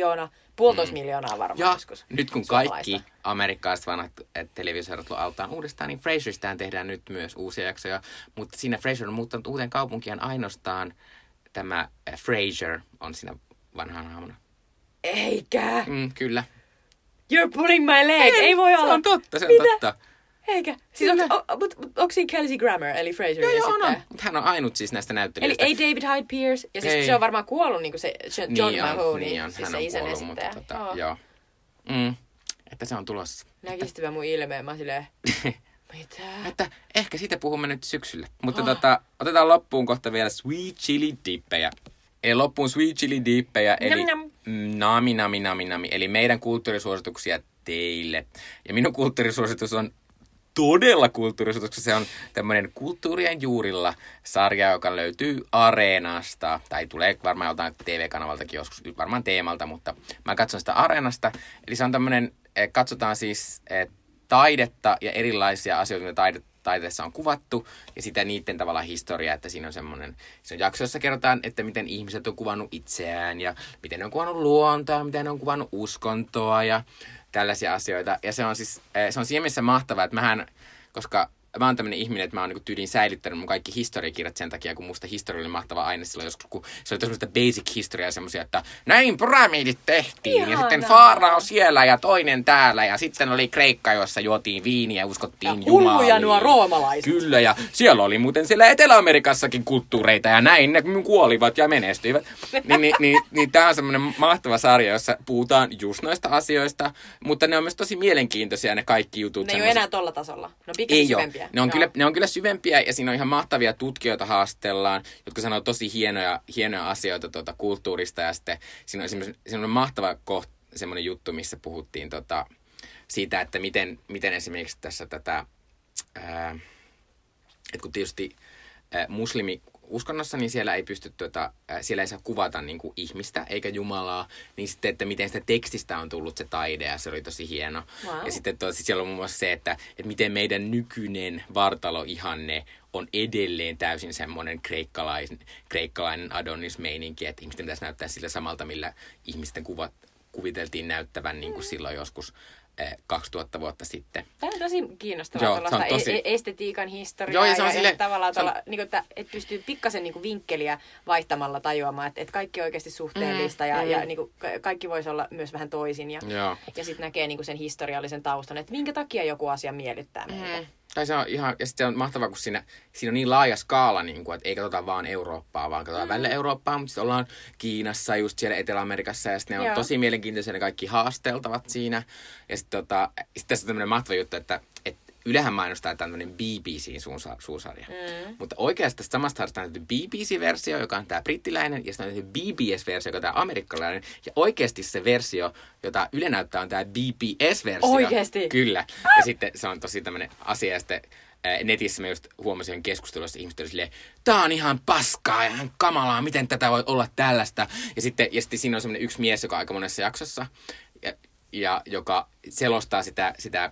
1,5 miljoonaa varmaan ja joskus. Nyt kun kaikki amerikkalaiset vanhat televisiosarjat altaan uudestaan, niin Frasieristään tehdään nyt myös uusia jaksoja. Mutta siinä Frasier on muuttanut uuteen kaupunkiin ainoastaan tämä Frasier on siinä vanhana haamuna. Eikä? Kyllä. You're pulling my leg. Ei voi olla. Se on totta, totta. Eikä. Siis onko siinä Kelsey Grammer, eli Frasier? Joo, on. Mutta hän on ainut siis näistä näyttelijöistä. Eli ei David Hyde Pierce. Ja siis se on varmaan kuollut niin kuin se John Mahoney. Niin on, siis hän on se kuollut, mutta joo. Että se on tulossa. Näkisitkö mun ilmeen? Mä silleen, mitä? Että ehkä siitä puhumme nyt syksyllä. Mutta otetaan loppuun kohta vielä Sweet Chili Dippejä. Eli loppuun Sweet Chili Dippejä, eli nami. Eli meidän kulttuurisuosituksia teille. Ja minun kulttuurisuositus on todella kulttuurisuositus. Se on tämmöinen Kulttuurien juurilla -sarja, joka löytyy Areenasta. Tai tulee varmaan jotain TV-kanavaltakin joskus, varmaan Teemalta, mutta mä katson sitä Areenasta. Eli se on tämmöinen, katsotaan siis taidetta ja erilaisia asioita, mitä taiteessa on kuvattu, ja sitä niiden tavallaan historiaa, että siinä on semmoinen, se on jakso, jossa kerrotaan, että miten ihmiset on kuvannut itseään, ja miten ne on kuvannut luontoa, miten ne on kuvannut uskontoa, ja tällaisia asioita. Ja se on siis, se on siinä mielessä mahtavaa, että koska mä oon tämmönen ihminen, että mä oon niinku tyyliin säilyttänyt mun kaikki historiakirjat sen takia, kun musta historia oli mahtava aine silloin joskus, kun se oli semmoista basic historiaa semmoisia, että näin pyramidit tehtiin, Ihanaa. ja sitten Faarao siellä ja toinen täällä, ja sitten oli Kreikka, jossa juotiin viiniä ja uskottiin ja hulluja Jumaliin. nuo roomalaiset. Kyllä, ja siellä oli muuten siellä Etelä-Amerikassakin kulttuureita, ja näin ne kuolivat ja menestyivät. Niin tää on semmoinen mahtava sarja, jossa puhutaan just noista asioista, mutta ne on myös tosi mielenkiintoisia ne kaikki jutut. Ne ei ole enää tolla tasolla. Ne on pikkasen syvempiä. Ne on kyllä syvempiä, ja siinä on ihan mahtavia tutkijoita haastellaan, jotka sanoo tosi hienoja asioita kulttuurista, ja sitten siinä on mahtava semmoinen juttu, missä puhuttiin siitä, että miten esimerkiksi tässä tätä, että kun tietysti muslimi-uskonnossa, niin siellä ei pysty, siellä ei saa kuvata niin kuin ihmistä eikä Jumalaa, niin sitten, että miten sitä tekstistä on tullut se taide, ja se oli tosi hieno. Wow. Ja sitten siellä on muun muassa se, että miten meidän nykyinen vartaloihanne on edelleen täysin semmoinen kreikkalainen Adonis-meininki, että ihmisten pitäisi näyttää sillä samalta, millä ihmisten kuviteltiin näyttävän niin kuin silloin joskus 2000 vuotta sitten. Tämä on tosi kiinnostavaa tuollaista estetiikan historiaa. Joo, ja tavallaan niin että pystyy pikkasen niin vinkkeliä vaihtamalla tajuamaan, että kaikki on oikeasti suhteellista ja niin kuin, kaikki voisi olla myös vähän toisin. Ja sitten näkee niin kuin sen historiallisen taustan, että minkä takia joku asia miellyttää meitä. Tai se on ihan, ja sitten se on mahtavaa, kun siinä on niin laaja skaala, niin kuin, että ei katsota vaan Eurooppaa, vaan katsotaan välillä Eurooppaa, mutta sitten ollaan Kiinassa, just siellä Etelä-Amerikassa, ja sitten ne on tosi mielenkiintoisia, ne kaikki haasteltavat siinä. Ja sitten tässä on tämmöinen mahtava juttu, että Ylehän mainostaa, että tämä on tämmöinen BBC:n suusarja. Mutta oikeasti tästä samasta harrasta on BBC-versio, joka on tämä brittiläinen, ja sitten on BBS-versio, joka on tämä amerikkalainen. Ja oikeasti se versio, jota Yle näyttää, on tämä BBS-versio. Oikeasti? Kyllä. Ja sitten se on tosi tämmöinen asia, ja sitten netissä mä just huomasin keskustelussa, ihmiset oli silleen, tää on ihan paskaa ja ihan kamalaa, miten tätä voi olla tällaista. Ja sitten siinä on semmoinen yksi mies, joka on aika monessa jaksossa, ja joka selostaa sitä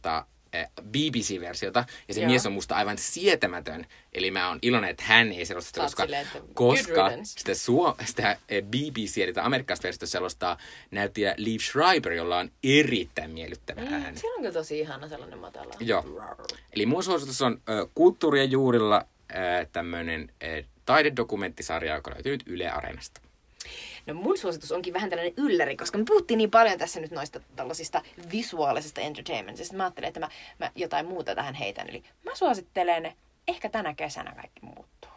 BBC-versiota, ja se mies on musta aivan sietämätön. Eli mä oon iloinen, että hän ei selosta sitä, koska sitä BBC, eli amerikkalaista versiota selostaa näyttäjä Liev Schreiber, jolla on erittäin miellyttävä ääni. Se on kyllä tosi ihana sellainen matala. Joo. Eli mun suositus on Kulttuurien juurilla tämmöinen taidedokumenttisarja, joka löytyy nyt Yle Areenasta. No mun suositus onkin vähän tällainen ylläri, koska me puhuttiin niin paljon tässä nyt noista tällaisista visuaalisesta entertainmentista. Mä ajattelin, että mä jotain muuta tähän heitän. Eli mä suosittelen, ehkä tänä kesänä kaikki muuttuu.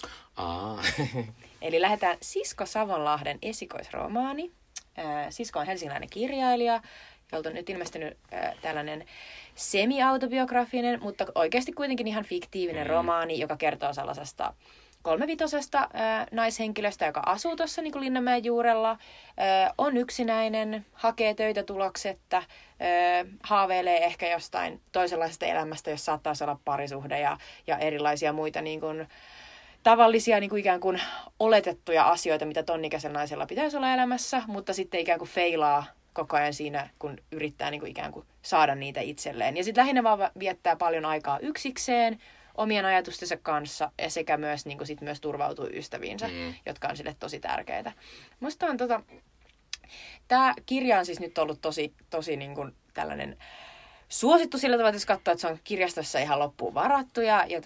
Eli lähdetään Sisko Savonlahden esikoisromaani. Sisko on helsinkiläinen kirjailija, jolta on nyt ilmestynyt tällainen semi-autobiografinen, mutta oikeasti kuitenkin ihan fiktiivinen romaani, joka kertoo sellaisesta 3-vitosesta naishenkilöstä, joka asuu tuossa niin kuin Linnanmäen juurella, on yksinäinen, hakee töitä tuloksetta, haaveilee ehkä jostain toisenlaisesta elämästä, jos saattaisi olla parisuhde ja erilaisia muita niin kuin tavallisia niin kuin ikään kuin oletettuja asioita, mitä tonnikäisellä naisella pitäisi olla elämässä, mutta sitten ikään kuin feilaa koko ajan siinä, kun yrittää niin kuin ikään kuin saada niitä itselleen. Ja sitten lähinnä vaan viettää paljon aikaa yksikseen, omien ajatustensa kanssa ja sekä myös, niin kuin sit myös turvautuu ystäviinsä, jotka on sille tosi tärkeitä. Musta on tämä kirja on siis nyt ollut tosi niin kuin tällainen suosittu sillä tavalla, että jos katsoo, että se on kirjastossa ihan loppuun varattu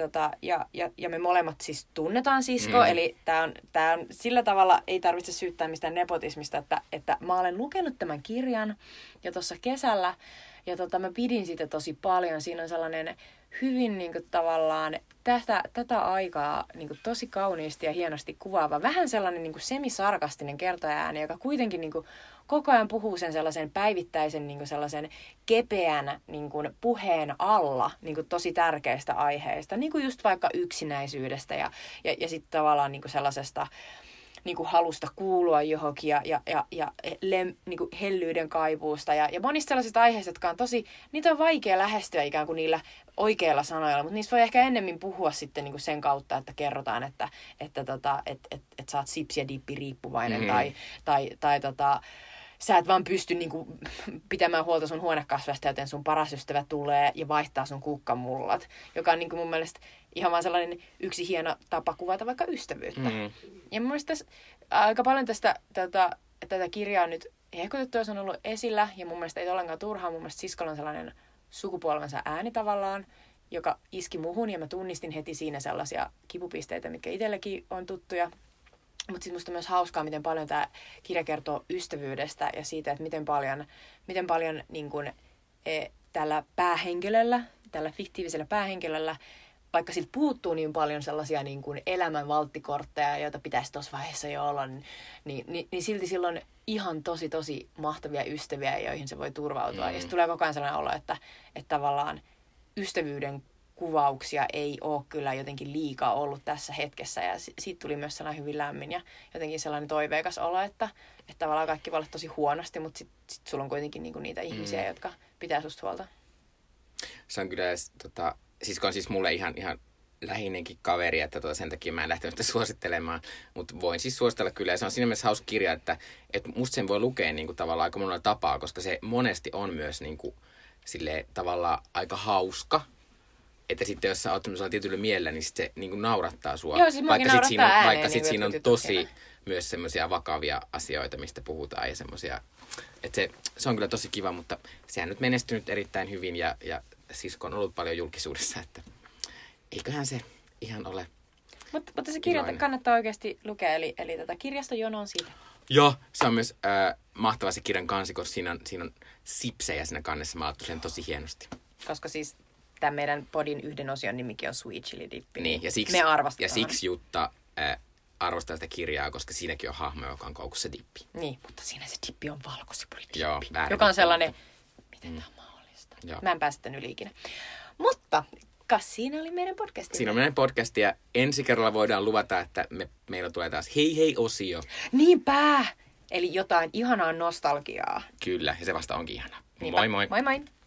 ja me molemmat siis tunnetaan Sisko, eli tämä on sillä tavalla, ei tarvitse syyttää mistään nepotismista, että mä olen lukenut tämän kirjan jo tuossa kesällä ja mä pidin siitä tosi paljon. Siinä on sellainen hyvin niin kuin, tavallaan tätä aikaa niin kuin, tosi kauniisti ja hienosti kuvaava. Vähän sellainen niin kuin semisarkastinen kertoja-ääni, joka kuitenkin niin kuin, koko ajan puhuu sen sellaisen päivittäisen niin kuin, sellaisen kepeän niin kuin, puheen alla niin kuin, tosi tärkeistä aiheista. Niin kuin just vaikka yksinäisyydestä ja sitten tavallaan niin kuin, sellaisesta niin kuin halusta kuulua johonkin niin kuin hellyyden kaivuusta ja monista sellaisista aiheista, jotka on niitä on vaikea lähestyä ikään kuin niillä oikeilla sanoilla, mutta niistä voi ehkä ennemmin puhua sitten niin kuin sen kautta, että kerrotaan, että sä oot sips- ja dippi-riippuvainen tai sä et vaan pysty niin kuin pitämään huolta sun huonekasveista, joten sun paras ystävä tulee ja vaihtaa sun kukkamullat, joka on niin kuin mun mielestä ihan vaan sellainen yksi hieno tapa kuvata vaikka ystävyyttä. Ja mun mielestä aika paljon tätä kirjaa nyt hehkutettu, jos on ollut esillä, ja mun mielestä ei ole ollenkaan turhaa. Mun mielestä Siskolla on sellainen sukupolvensa ääni tavallaan, joka iski muhun ja mä tunnistin heti siinä sellaisia kipupisteitä, mitkä itselläkin on tuttuja. Mutta sitten musta on myös hauskaa, miten paljon tämä kirja kertoo ystävyydestä ja siitä, että miten paljon niin kun, tällä päähenkilöllä, tällä fiktiivisellä päähenkilöllä, vaikka siltä puuttuu niin paljon sellaisia niin kuin elämän valttikortteja, joita pitäisi tuossa vaiheessa jo olla, niin silti silloin on ihan tosi mahtavia ystäviä, joihin se voi turvautua. Ja sitten tulee koko ajan sellainen olo, että tavallaan ystävyyden kuvauksia ei ole kyllä jotenkin liikaa ollut tässä hetkessä. Ja siitä tuli myös sellainen hyvin lämmin ja jotenkin sellainen toiveikas olo, että tavallaan kaikki voi olla tosi huonosti, mutta sit sulla on kuitenkin niinku niitä ihmisiä, jotka pitää susta huolta. Se on kyllä, sisko on siis mulle ihan lähinenkin kaveri, että sen takia mä en lähtenyt sitä suosittelemaan, mutta voin siis suositella kyllä. Ja se on siinä mielessä hauska kirja, että musta sen voi lukea niin kuin tavallaan aika monella tapaa, koska se monesti on myös niin kuin, silleen, tavallaan aika hauska. Että sitten jos sä oot semmoisella tietyllä mielellä, niin sit se niin kuin naurattaa sua. Joo, siis vaikka sit siinä on tosi myös semmoisia vakavia asioita, mistä puhutaan ja semmoisia. Että se on kyllä tosi kiva, mutta sehän nyt menestynyt erittäin hyvin ja sisko on ollut paljon julkisuudessa, että eiköhän se ihan ole. Mutta se kirja kannattaa oikeasti lukea, eli kirjastojono on siitä. Joo, se on myös mahtava se kirjan kansi, koska siinä on sipsejä siinä kannessa maalattu sen tosi hienosti. Koska siis tämän meidän podin yhden osion nimikin on Sweet Chili Dip. Niin, ja siksi, me arvostetaan. Ja siksi Jutta arvostaa sitä kirjaa, koska siinäkin on hahmo, joka on koukussa dippi. Niin, mutta siinä se dippi on valkosipulidippi. Joo, joka on sellainen, miten tämä on mahdollista. Joo. Mä en pääse tämän yli ikinä. Mutta kas siinä oli meidän podcast. Siinä on meidän podcast ja ensi kerralla voidaan luvata, että meillä tulee taas hei-osio. Niinpä! Eli jotain ihanaa nostalgiaa. Kyllä, ja se vasta onkin ihanaa. Niinpä. Moi moi! Moi moi!